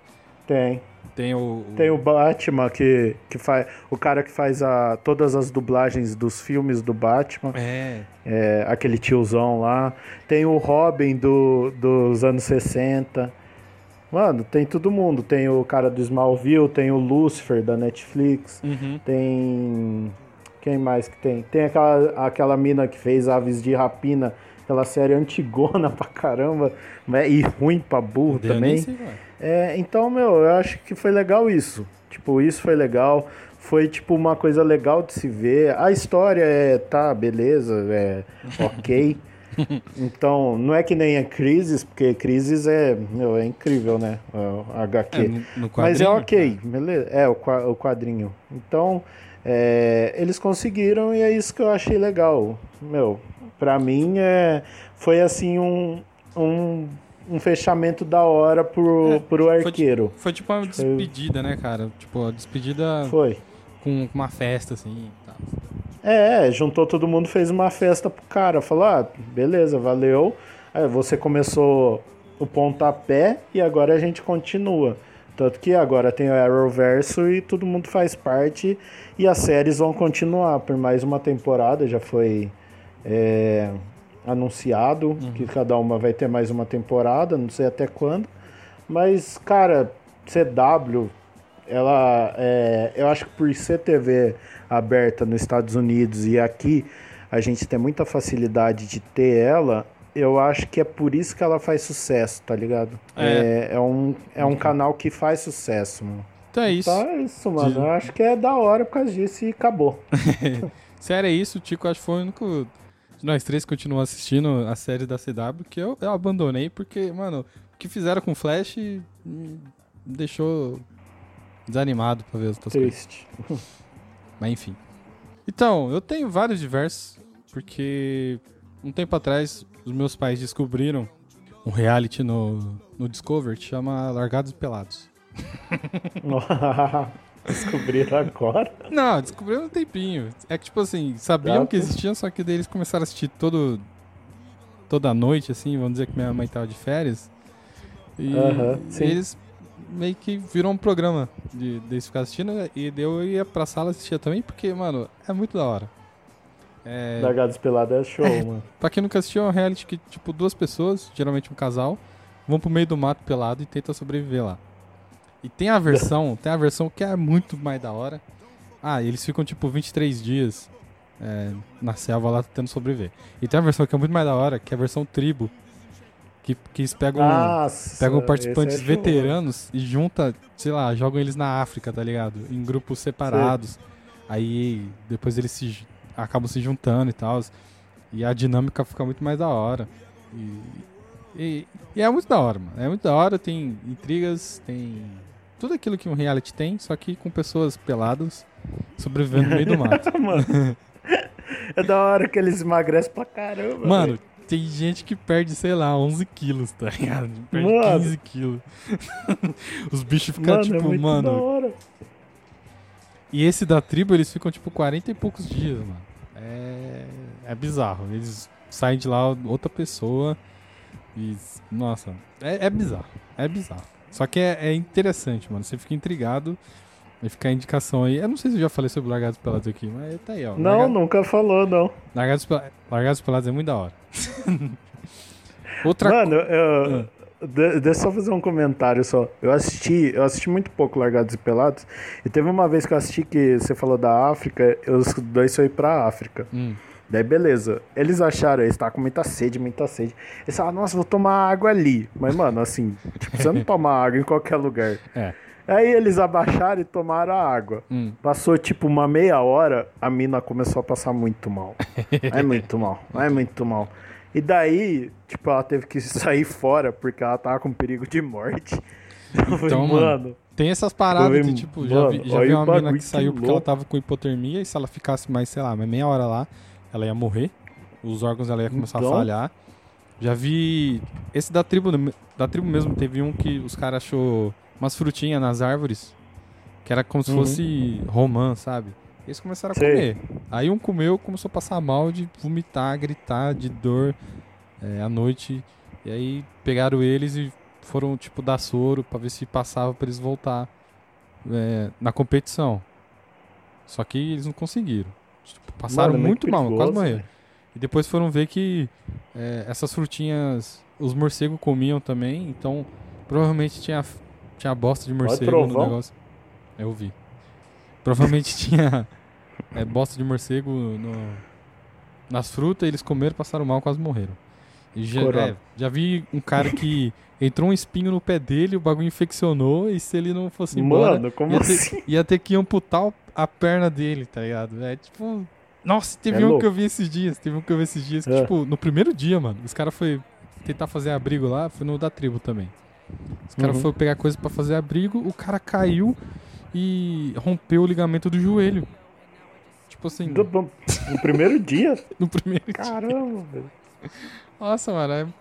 o Batman que faz... O cara que faz todas as dublagens dos filmes do Batman. Aquele tiozão lá. Tem o Robin dos anos 60. Mano, tem todo mundo. Tem o cara do Smallville, tem o Lucifer da Netflix, tem... Quem mais que tem? Tem aquela mina que fez Aves de Rapina, aquela série antigona pra caramba, e ruim pra burro também. Então, eu acho que foi legal isso. Tipo, isso foi legal. Foi, tipo, uma coisa legal de se ver. A história beleza, ok. Então, não é que nem a Crisis, porque Crisis é incrível, né? A HQ. Mas é ok, beleza? O quadrinho. Então... eles conseguiram e é isso que eu achei legal. Pra mim foi assim um fechamento da hora pro arqueiro. Foi tipo uma despedida, né, cara? Tipo, a despedida foi com uma festa, assim e tal. Juntou todo mundo, fez uma festa pro cara. Falou, beleza, valeu. Você começou o pontapé e agora a gente continua. Tanto que agora tem o Arrowverso e todo mundo faz parte e as séries vão continuar por mais uma temporada. Já foi anunciado que cada uma vai ter mais uma temporada, não sei até quando. Mas, cara, CW, eu acho que por ser TV aberta nos Estados Unidos e aqui a gente tem muita facilidade de ter ela, eu acho que é por isso que ela faz sucesso, tá ligado? É um canal que faz sucesso, mano. Então é isso. Então é isso, mano. Eu acho que é da hora por causa disso e acabou. Sério, é isso. O Tico acho que foi o único de nós três que continuou assistindo a série da CW, que eu abandonei porque, mano, o que fizeram com o Flash me deixou desanimado pra ver as outras coisas. Triste. Mas enfim. Então, eu tenho vários diversos, porque um tempo atrás os meus pais descobriram um reality no Discovery que chama Largados e Pelados. Descobriram agora. Não, descobriram um tempinho. É que, tipo assim, sabiam que existiam, só que daí eles começaram a assistir toda noite, assim, vamos dizer que minha mãe tava de férias. E eles meio que viram um programa deles ficar assistindo, e eu ia pra sala assistir também, porque, mano, é muito da hora. Largados Pelados é show, mano. Pra quem nunca assistiu, é um reality que, tipo, duas pessoas, geralmente um casal, vão pro meio do mato pelado e tentam sobreviver lá. E tem a versão que é muito mais da hora. Eles ficam tipo 23 dias na selva lá tentando sobreviver. E tem a versão que é muito mais da hora, que é a versão tribo. Que eles pegam participantes veteranos e junta, sei lá, jogam eles na África, tá ligado? Em grupos separados. Aí depois eles acabam se juntando e tal. E a dinâmica fica muito mais da hora. E é muito da hora, mano. É muito da hora, tem intrigas, tem tudo aquilo que um reality tem, só que com pessoas peladas sobrevivendo no meio do mato. Mano, é da hora que eles emagrecem pra caramba. Mano, véio. tem gente que perde, sei lá, 11 quilos, tá ligado? Perde 15 quilos. Os bichos ficam tipo, é muito mano. Da hora. E esse da tribo, eles ficam tipo 40 e poucos dias, mano. É bizarro. Eles saem de lá outra pessoa. E, nossa, é bizarro. É bizarro. Só que é interessante, mano. Você fica intrigado. Vai ficar a indicação aí. Eu não sei se eu já falei sobre Largados e Pelados aqui, mas tá aí, ó. Nunca falou, não. Largados e Pelados é muito da hora. Mano, deixa eu só fazer um comentário só. Eu assisti muito pouco Largados e Pelados. E teve uma vez que eu assisti que você falou da África, os dois foram pra África. Daí beleza, eles acharam, eles estavam com muita sede. Eles falaram, nossa, vou tomar água ali. Mas, mano, assim, tipo, você não toma água em qualquer lugar. Aí eles abaixaram e tomaram a água. Passou tipo uma meia hora, a mina começou a passar muito mal. É muito mal. E daí, tipo, ela teve que sair fora porque ela tava com perigo de morte. Então, mano, tem essas paradas que, tipo, já vi uma mina que saiu porque ela tava com hipotermia e se ela ficasse mais, sei lá, meia hora lá, ela ia morrer, os órgãos dela ia começar a falhar. Já vi... Esse da tribo mesmo, teve um que os caras achou umas frutinhas nas árvores, que era como se fosse romã, sabe? Eles começaram a comer. Aí um comeu, começou a passar mal de vomitar, gritar de dor à noite. E aí pegaram eles e foram, tipo, dar soro pra ver se passava pra eles voltar na competição. Só que eles não conseguiram. Tipo, passaram muito mal, quase morreram. E depois foram ver que essas frutinhas os morcegos comiam também, então provavelmente tinha bosta de morcego no negócio. Eu vi. Provavelmente tinha bosta de morcego nas frutas, eles comeram, passaram mal, quase morreram. E já vi um cara que entrou um espinho no pé dele, o bagulho infeccionou, e se ele não fosse embora, mano, como assim? Ia ter que amputar a perna dele, tá ligado? É tipo... Nossa, teve um que eu vi esses dias. Que, tipo, no primeiro dia, mano, os caras foram tentar fazer abrigo lá, foi no da tribo também. Os caras foram pegar coisa pra fazer abrigo, o cara caiu e rompeu o ligamento do joelho. Tipo assim... No primeiro dia? No primeiro dia. Caramba, velho. Nossa, mano,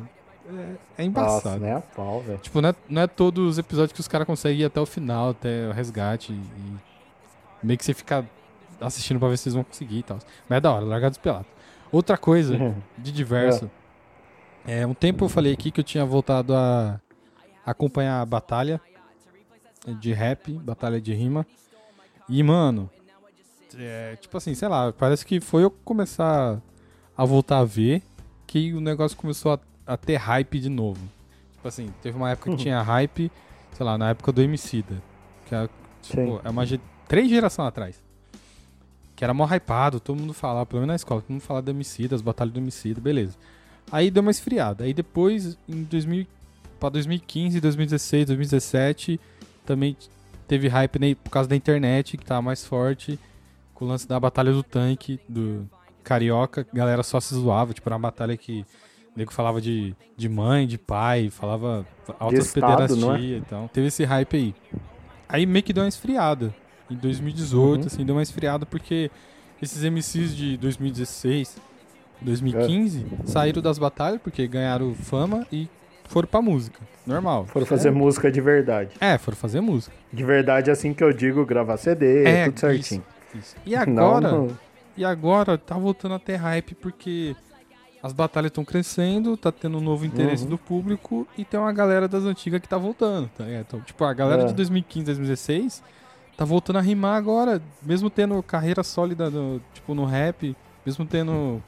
é embaçado. Nossa, nem a pau, velho. Tipo, não é todos os episódios que os caras conseguem ir até o final, até o resgate. E meio que você fica assistindo pra ver se vocês vão conseguir e tal. Mas é da hora, Largados e Pelados. Outra coisa de diverso. Um tempo eu falei aqui que eu tinha voltado a acompanhar a batalha de rap, batalha de rima. E, mano, tipo assim, sei lá, parece que foi eu começar a voltar a ver. que o negócio começou a ter hype de novo. Tipo assim, teve uma época que tinha hype, sei lá, na época do Emicida. Que é, tipo, é 3 gerações atrás. Que era mó hypado, todo mundo falava, pelo menos na escola, todo mundo falava do Emicida, as batalhas do Emicida, beleza. Aí deu uma esfriada. Aí depois, pra 2015, 2016, 2017, também teve hype, né, por causa da internet, que tava mais forte, com o lance da batalha do tanque, do Carioca, a galera só se zoava, tipo, era uma batalha que o nego falava de mãe, de pai, falava altas pederastias e tal. Teve esse hype aí. Aí meio que deu uma esfriada. Em 2018, assim, deu uma esfriada porque esses MCs de 2016, 2015, saíram das batalhas porque ganharam fama e foram pra música. Normal. Foram fazer música de verdade. Foram fazer música. De verdade, assim que eu digo, gravar CD, tudo certinho. Isso. E agora, não. E agora tá voltando a ter hype porque as batalhas estão crescendo, tá tendo um novo interesse do público e tem uma galera das antigas que tá voltando, tá ligado? Então, tipo, a galera de 2015, 2016 tá voltando a rimar agora, mesmo tendo carreira sólida no rap, mesmo tendo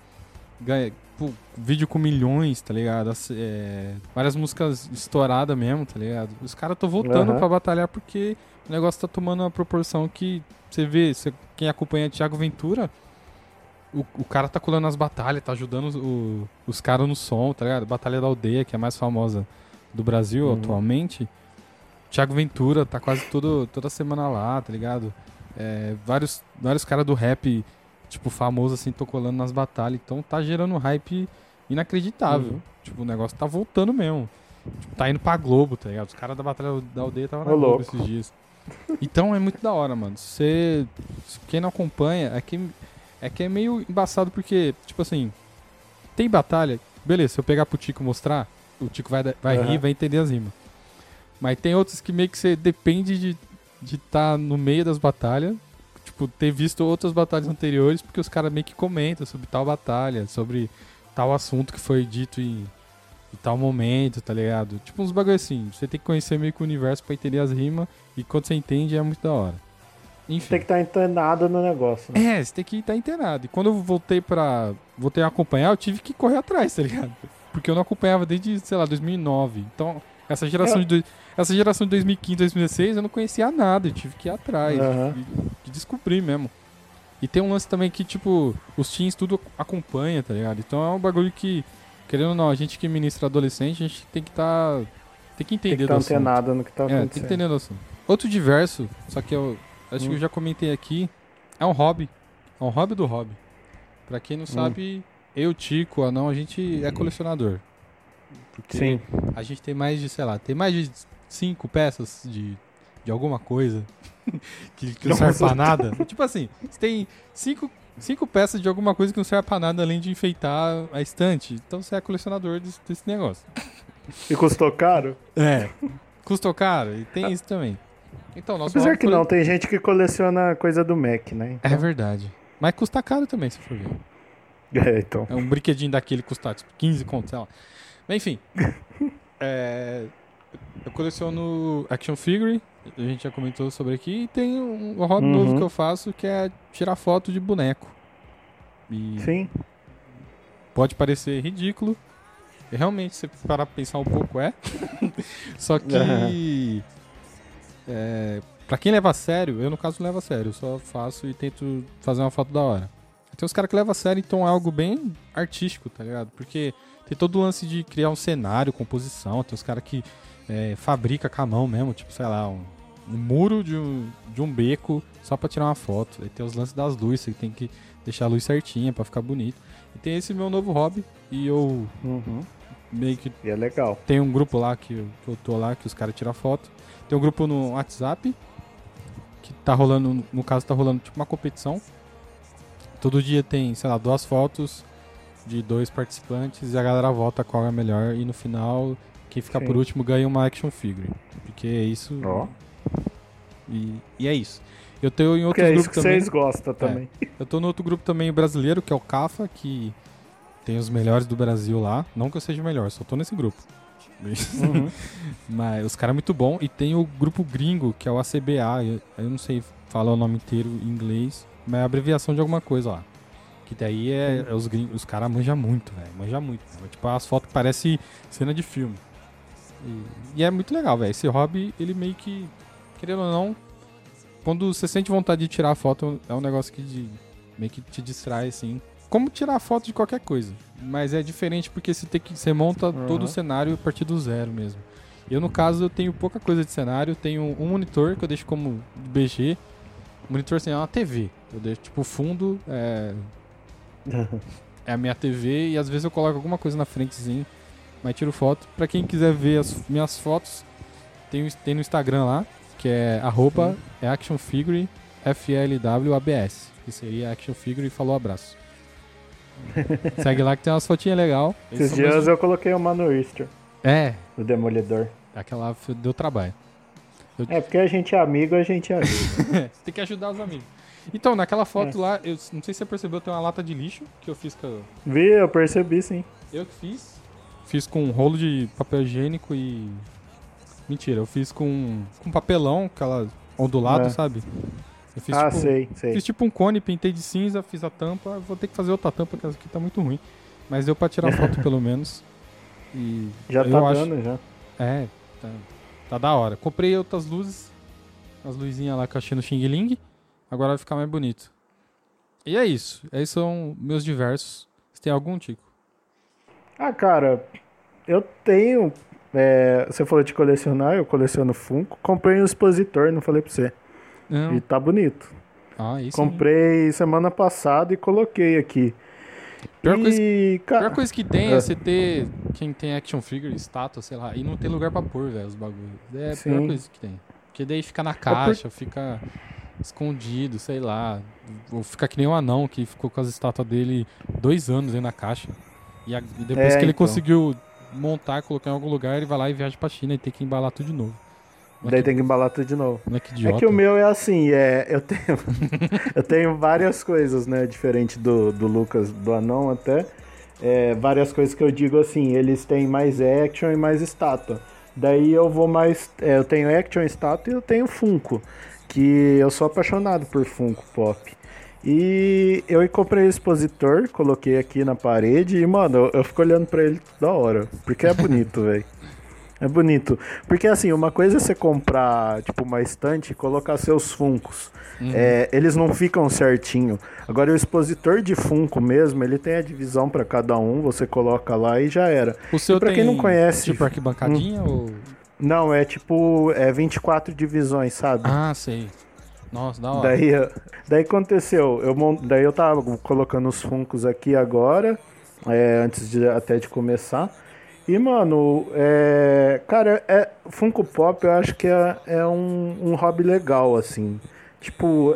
vídeo com milhões, tá ligado? Várias músicas estouradas mesmo, tá ligado? Os caras tão voltando pra batalhar porque o negócio tá tomando uma proporção que você vê, quem acompanha Thiago Ventura, o cara tá colando nas batalhas, tá ajudando os caras no som, tá ligado? Batalha da Aldeia, que é a mais famosa do Brasil atualmente. Thiago Ventura tá quase toda semana lá, tá ligado? Vários caras do rap, tipo, famoso assim, tô colando nas batalhas. Então tá gerando um hype inacreditável. Tipo, o negócio tá voltando mesmo. Tipo, tá indo pra Globo, tá ligado? Os caras da Batalha da Aldeia estavam na Globo esses dias. Então é muito da hora, mano. Quem não acompanha, é que é meio embaçado porque, tipo assim, tem batalha, beleza, se eu pegar pro Tico mostrar, o Tico vai rir, vai entender as rimas. Mas tem outros que meio que você depende de estar no meio das batalhas, tipo, ter visto outras batalhas anteriores, porque os caras meio que comentam sobre tal batalha, sobre tal assunto que foi dito em tal momento, tá ligado? Tipo uns bagulho assim, você tem que conhecer meio que o universo pra entender as rimas, e quando você entende é muito da hora. Enfim. Tem que estar internado no negócio, né? Você tem que estar internado. E quando eu voltei a acompanhar, eu tive que correr atrás, tá ligado? Porque eu não acompanhava desde, sei lá, 2009. Então, essa geração de 2015, 2016, eu não conhecia nada. Eu tive que ir atrás, de descobrir mesmo. E tem um lance também que, tipo, os teens tudo acompanha, tá ligado? Então é um bagulho que, querendo ou não, a gente que ministra adolescente, a gente tem que estar... tem que entender do assunto. Tem que estar antenado no que tá acontecendo. Tem que entender do assunto. Outro diverso, só que acho que eu já comentei aqui, é um hobby. É um hobby do hobby. Pra quem não sabe, eu, Tico, Anão, a gente é colecionador. Porque a gente tem mais de, sei lá, tem mais de 5 peças de alguma coisa que não serve pra nada. Tipo assim, você tem 5 peças de alguma coisa que não serve pra nada além de enfeitar a estante. Então você é colecionador desse negócio. E custou caro? Custou caro. E tem isso também. Então, apesar que não, tem gente que coleciona coisa do Mac, né? Então... É verdade. Mas custa caro também, se for ver. Então. É um brinquedinho daquele custar tipo 15 conto, sei lá. Mas enfim. Eu coleciono action figure, a gente já comentou sobre aqui, e tem um hobby novo que eu faço, que é tirar foto de boneco. E pode parecer ridículo. E realmente, se você parar pra pensar um pouco, Só que... pra quem leva a sério, eu no caso não levo a sério, eu só faço e tento fazer uma foto da hora. Tem uns caras que levam a sério, então é algo bem artístico, tá ligado? Porque tem todo o lance de criar um cenário, composição, tem uns caras que fabrica com a mão mesmo, tipo, sei lá, um muro de um beco só pra tirar uma foto. Aí tem os lances das luzes, você tem que deixar a luz certinha pra ficar bonito. E tem esse meu novo hobby, e eu meio que... E é legal. Tem um grupo lá que eu tô lá, que os caras tiram foto. Tem um grupo no WhatsApp que tá rolando, no caso tá rolando tipo uma competição. Todo dia tem, sei lá, 2 fotos de 2 participantes e a galera vota qual é a melhor e no final quem ficar por último ganha uma action figure. Porque é isso. E é isso. Eu tenho em outro grupo também. Vocês gostam também. Eu tô no outro grupo também brasileiro, que é o CAFA, que tem os melhores do Brasil lá. Não que eu seja o melhor, só tô nesse grupo. Mas os caras é muito bom. E tem o grupo gringo, que é o ACBA. Eu não sei falar o nome inteiro em inglês, mas é a abreviação de alguma coisa lá. Que daí os caras manjam muito, velho. Manja muito. Véio. Tipo, as fotos parecem cena de filme. E é muito legal, velho. Esse hobby, ele meio que, querendo ou não, quando você sente vontade de tirar a foto, é um negócio que meio que te distrai, assim. Como tirar foto de qualquer coisa. Mas é diferente porque você monta todo o cenário a partir do zero mesmo. Eu, no caso, eu tenho pouca coisa de cenário. Eu tenho um monitor que eu deixo como BG. Monitor, assim, é uma TV. Eu deixo, tipo, o fundo é a minha TV e às vezes eu coloco alguma coisa na frentezinha, mas tiro foto. Pra quem quiser ver as minhas fotos, tem no Instagram lá, que é @actionfigure FLWABS, que seria Action Figure e falou abraço. Segue lá que tem umas fotinhas legais. Esses dias eu coloquei uma no Easter. O Demolidor. Aquela deu trabalho. Porque a gente é amigo, a gente é amigo. Tem que ajudar os amigos. Então, naquela foto lá, eu não sei se você percebeu, tem uma lata de lixo que eu fiz com... Vi, eu percebi, sim. Eu que fiz. Fiz com um rolo de papel higiênico e... Mentira, eu fiz com papelão, aquela ondulado, sabe? Eu fiz sei. Fiz tipo um cone, pintei de cinza, fiz a tampa. Vou ter que fazer outra tampa, porque essa aqui tá muito ruim. Mas deu pra tirar foto pelo menos. E já tá dando, já. Tá da hora. Comprei outras luzes. As luzinhas lá que eu achei no Xing Ling. Agora vai ficar mais bonito. E é isso. Esses são meus diversos. Você tem algum, Tico? Cara, eu tenho... você falou de colecionar, eu coleciono Funko. Comprei um expositor, não falei pra você. Não. E tá bonito. Isso. Comprei semana passada e coloquei aqui. Pior coisa que tem é você ter... Quem tem action figure, estátua, sei lá, e não tem lugar pra pôr, velho, os bagulhos. É a pior coisa que tem. Porque daí fica na caixa, fica escondido, sei lá. Ou fica que nem um anão que ficou com as estátuas dele 2 anos aí na caixa. E depois que ele conseguiu montar, colocar em algum lugar, ele vai lá e viaja pra China e tem que embalar tudo de novo. Daí tem que embalar tudo de novo. Que idiota. É que o meu é assim, eu tenho eu tenho várias coisas, né, diferente do Lucas, do anão até. Várias coisas que eu digo assim, eles têm mais action e mais estátua. Daí eu vou mais... eu tenho action, estátua e eu tenho Funko. Que eu sou apaixonado por Funko Pop. E eu comprei o expositor, coloquei aqui na parede e, mano, eu fico olhando pra ele da hora. Porque é bonito, velho. É bonito. Porque, assim, uma coisa é você comprar, tipo, uma estante e colocar seus Funkos. Eles não ficam certinho. Agora, o expositor de Funko mesmo, ele tem a divisão pra cada um, você coloca lá e já era. O seu e pra quem não conhece... tipo arquibancadinha ou... Não, é tipo 24 divisões, sabe? Sei. Nossa, da hora. Daí aconteceu, daí eu tava colocando os Funkos aqui agora, antes até de começar. E, mano, cara, Funko Pop eu acho que é um hobby legal, assim. Tipo,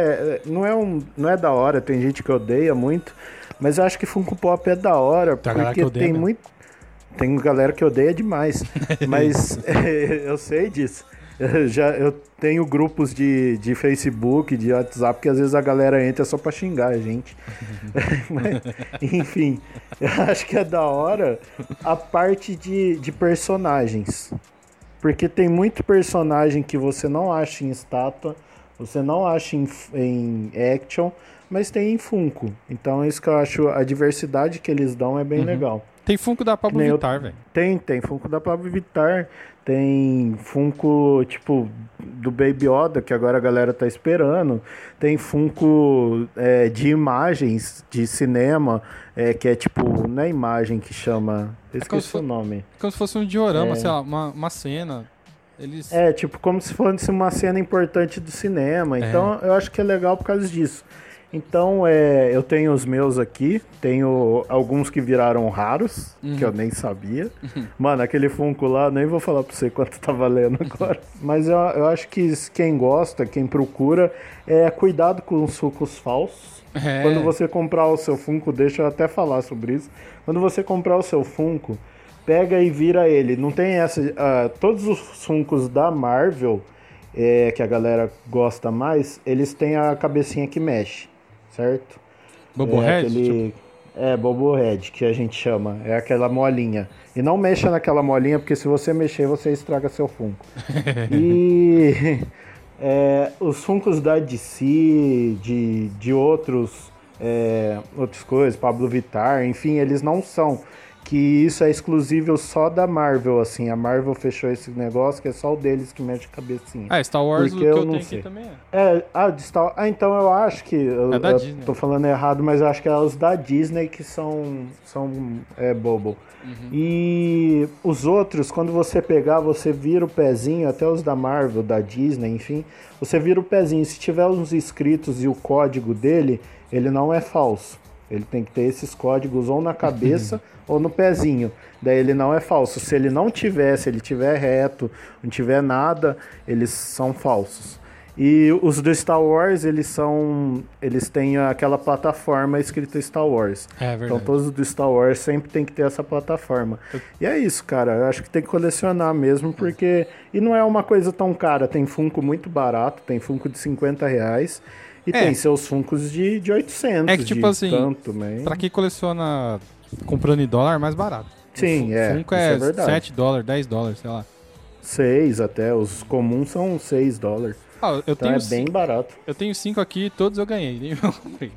não é da hora, tem gente que odeia muito, mas eu acho que Funko Pop é da hora, porque tem muito... Tem galera que odeia demais, mas eu sei disso. Eu tenho grupos de Facebook, de WhatsApp, que às vezes a galera entra só pra xingar a gente. Mas, enfim, eu acho que é da hora a parte de personagens. Porque tem muito personagem que você não acha em estátua, você não acha em action, mas tem em Funko. Então isso que eu acho, a diversidade que eles dão é bem legal. Tem Funko da Pablo Vittar, velho. Tem Funko da Pablo Vittar. Tem Funko, tipo, do Baby Yoda, que agora a galera tá esperando. Tem Funko de imagens de cinema, que é tipo, não é imagem que chama... Eu esqueci o nome. Como se fosse um diorama, sei lá, uma cena. Tipo, como se fosse uma cena importante do cinema. Então, eu acho que é legal por causa disso. Então, eu tenho os meus aqui, tenho alguns que viraram raros, que eu nem sabia. Mano, aquele Funko lá, nem vou falar pra você quanto tá valendo agora. Mas eu acho que quem gosta, quem procura, cuidado com os Funkos falsos. Quando você comprar o seu Funko, deixa eu até falar sobre isso. Quando você comprar o seu Funko, pega e vira ele. Não tem essa... todos os Funkos da Marvel, que a galera gosta mais, eles têm a cabecinha que mexe. Certo? Bobohead? Bobohead, que a gente chama. É aquela molinha. E não mexa naquela molinha, porque se você mexer, você estraga seu Funko. E os Funkos da DC, de outros outras coisas, Pablo Vittar, enfim, eles não são. Que isso é exclusivo só da Marvel, assim. A Marvel fechou esse negócio que é só o deles que mexe a cabecinha. Star Wars, Porque o que eu eu não tenho sei. aqui também é. Então eu acho que... É da eu Disney. tô falando errado, mas eu acho que é os da Disney que são bobo. E os outros, quando você pegar, você vira o pezinho, até os da Marvel, da Disney, enfim, você vira o pezinho. Se tiver uns escritos e o código dele, ele não é falso. Ele tem que ter esses códigos ou na cabeça ou no pezinho. Daí ele não é falso. Se ele não tiver, se ele tiver reto, não tiver nada, eles são falsos. E os do Star Wars, eles têm aquela plataforma escrita Star Wars. É verdade. Então todos os do Star Wars sempre tem que ter essa plataforma. E é isso, cara. Eu acho que tem que colecionar mesmo, porque... E não é uma coisa tão cara. Tem Funko muito barato, tem Funko de R$50. E tem seus Funkos de 800, É que, tipo assim, tanto também. Pra quem coleciona comprando em dólar, é mais barato. Sim, Funko isso é é verdade. $7, $10, sei lá. 6 até, os comuns são $6. Eu Então tenho é bem barato. Eu tenho 5 aqui, todos eu ganhei. Nem eu comprei.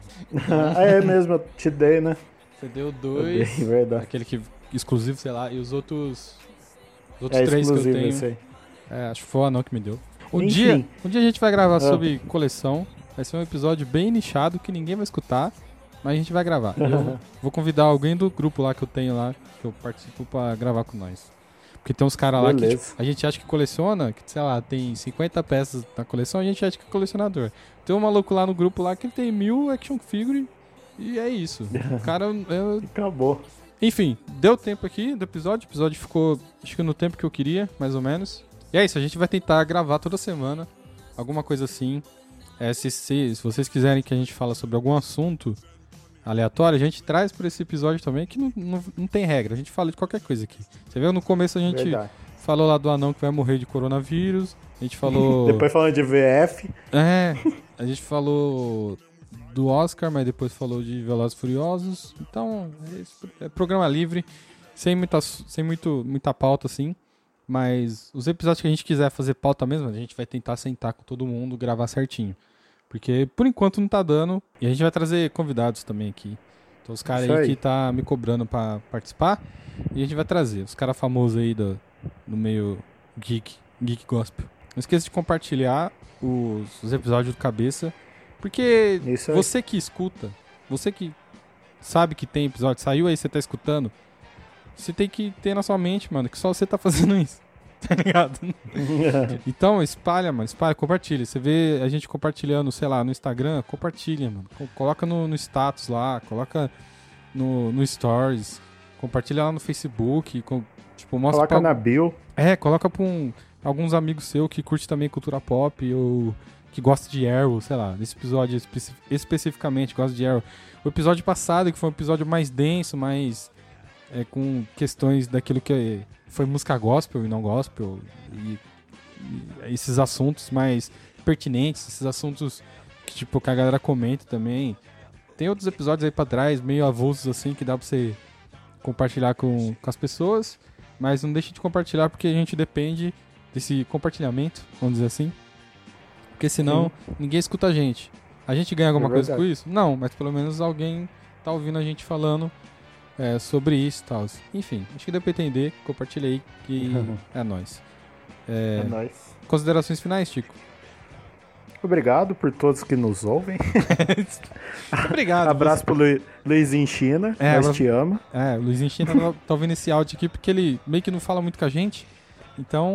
É mesmo, eu te dei, né? Você deu Eu 2, dei, verdade. aquele que exclusivo, sei lá, e os outros É 3 que eu exclusivo tenho. esse aí. Acho que foi o Anão que me deu. Um Enfim. dia a gente vai gravar sobre coleção. Vai ser um episódio bem nichado que ninguém vai escutar, mas a gente vai gravar. Eu vou convidar alguém do grupo lá que eu tenho lá, que eu participo, pra gravar com nós. Porque tem uns caras lá que tipo, a gente acha que coleciona, que sei lá, tem 50 peças na coleção, a gente acha que é colecionador. Tem um maluco lá no grupo lá que ele tem 1000 action figure e é isso. O cara... Acabou. Enfim, deu tempo aqui do episódio. O episódio ficou, acho que no tempo que eu queria, mais ou menos. E é isso, a gente vai tentar gravar toda semana, alguma coisa assim. Se vocês quiserem que a gente fale sobre algum assunto aleatório, a gente traz para esse episódio também, que não tem regra, a gente fala de qualquer coisa aqui. Você viu, no começo a gente falou lá do anão que vai morrer de coronavírus, a gente falou... Depois falando de VF. A gente falou do Oscar, mas depois falou de Velozes e Furiosos. Então, é programa livre, sem muita pauta, assim. Mas os episódios que a gente quiser fazer pauta mesmo, a gente vai tentar sentar com todo mundo, gravar certinho. Porque, por enquanto, não tá dando. E a gente vai trazer convidados também aqui. Então, os caras aí que tá me cobrando pra participar. E a gente vai trazer. Os caras famosos aí do meio geek gospel. Não esqueça de compartilhar os episódios do Cabeça. Porque você que escuta, você que sabe que tem episódio, saiu aí, você tá escutando, você tem que ter na sua mente, mano, que só você tá fazendo isso. Tá ligado? Então, espalha, mano. Espalha, compartilha. Você vê a gente compartilhando, sei lá, no Instagram, compartilha, mano. Coloca no status lá, coloca no Stories, compartilha lá no Facebook, tipo, mostra coloca na bio. Coloca pra alguns amigos seus que curte também cultura pop ou que gosta de Arrow, sei lá, nesse episódio especificamente gosta de Arrow. O episódio passado, que foi um episódio mais denso, mais com questões daquilo que foi música gospel e não gospel, e esses assuntos mais pertinentes, esses assuntos que, tipo, que a galera comenta também. Tem outros episódios aí pra trás, meio avulsos assim, que dá pra você compartilhar com as pessoas, mas não deixe de compartilhar porque a gente depende desse compartilhamento, vamos dizer assim, porque senão ninguém escuta a gente. A gente ganha alguma coisa com isso? Não, mas pelo menos alguém tá ouvindo a gente falando sobre isso e tal. Enfim, acho que deu pra entender. Compartilha aí que é nóis. É nóis. Considerações finais, Chico? Obrigado por todos que nos ouvem. Obrigado. Abraço pro Luizinho China. Nós te ama. O Luizinho China tá ouvindo esse áudio aqui porque ele meio que não fala muito com a gente. Então,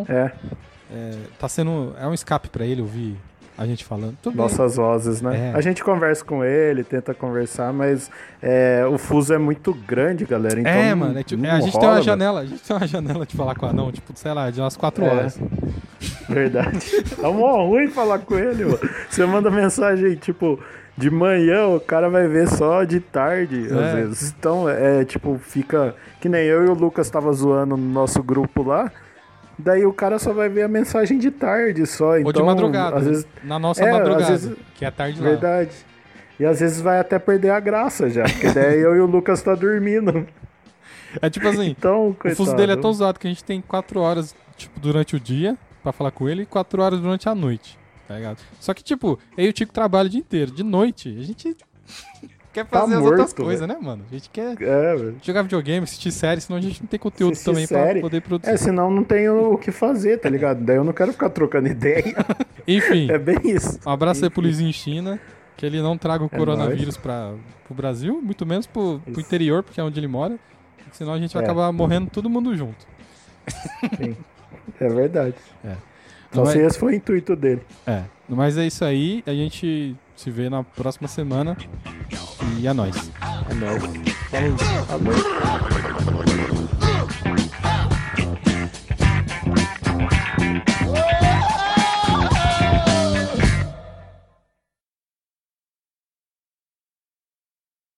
tá sendo... É um escape pra ele ouvir a gente falando. Tudo nossas vozes, né? A gente conversa com ele, tenta conversar, mas o fuso é muito grande, galera. Então mano. A gente tem uma janela. A gente tem uma janela de falar com o anão, tipo, sei lá, de umas 4 horas. Verdade. É mó ruim falar com ele, mano. Você manda mensagem, tipo, de manhã, o cara vai ver só de tarde, às vezes. Então, tipo, fica... Que nem eu e o Lucas tava zoando no nosso grupo lá. Daí o cara só vai ver a mensagem de tarde só. Ou então, de madrugada, às vezes, na nossa madrugada, às vezes, que é tarde lá. Verdade. E às vezes vai até perder a graça já, porque daí eu e o Lucas tá dormindo. É tipo assim, então, o fuso dele é tão usado que a gente tem 4 horas, tipo, durante o dia pra falar com ele e 4 horas durante a noite, tá ligado? Só que, tipo, eu e o Tico trabalham o dia inteiro. De noite, a gente quer Tá fazer as morto, outras coisas, né, mano? A gente quer velho. jogar videogame, assistir série, senão a gente não tem conteúdo Assistir também série. pra poder produzir. Senão não tenho o que fazer, tá ligado? Daí eu não quero ficar trocando ideia. Enfim, É bem isso. um abraço aí pro Luizinho China, que ele não traga o coronavírus nóis. pro Brasil, muito menos pro interior, porque é onde ele mora. Senão a gente vai acabar morrendo todo mundo junto. Sim. É verdade. Só Não se é- esse foi o intuito dele. Mas é isso aí, a gente se vê na próxima semana. E é nóis. É nóis. Falou. Falou.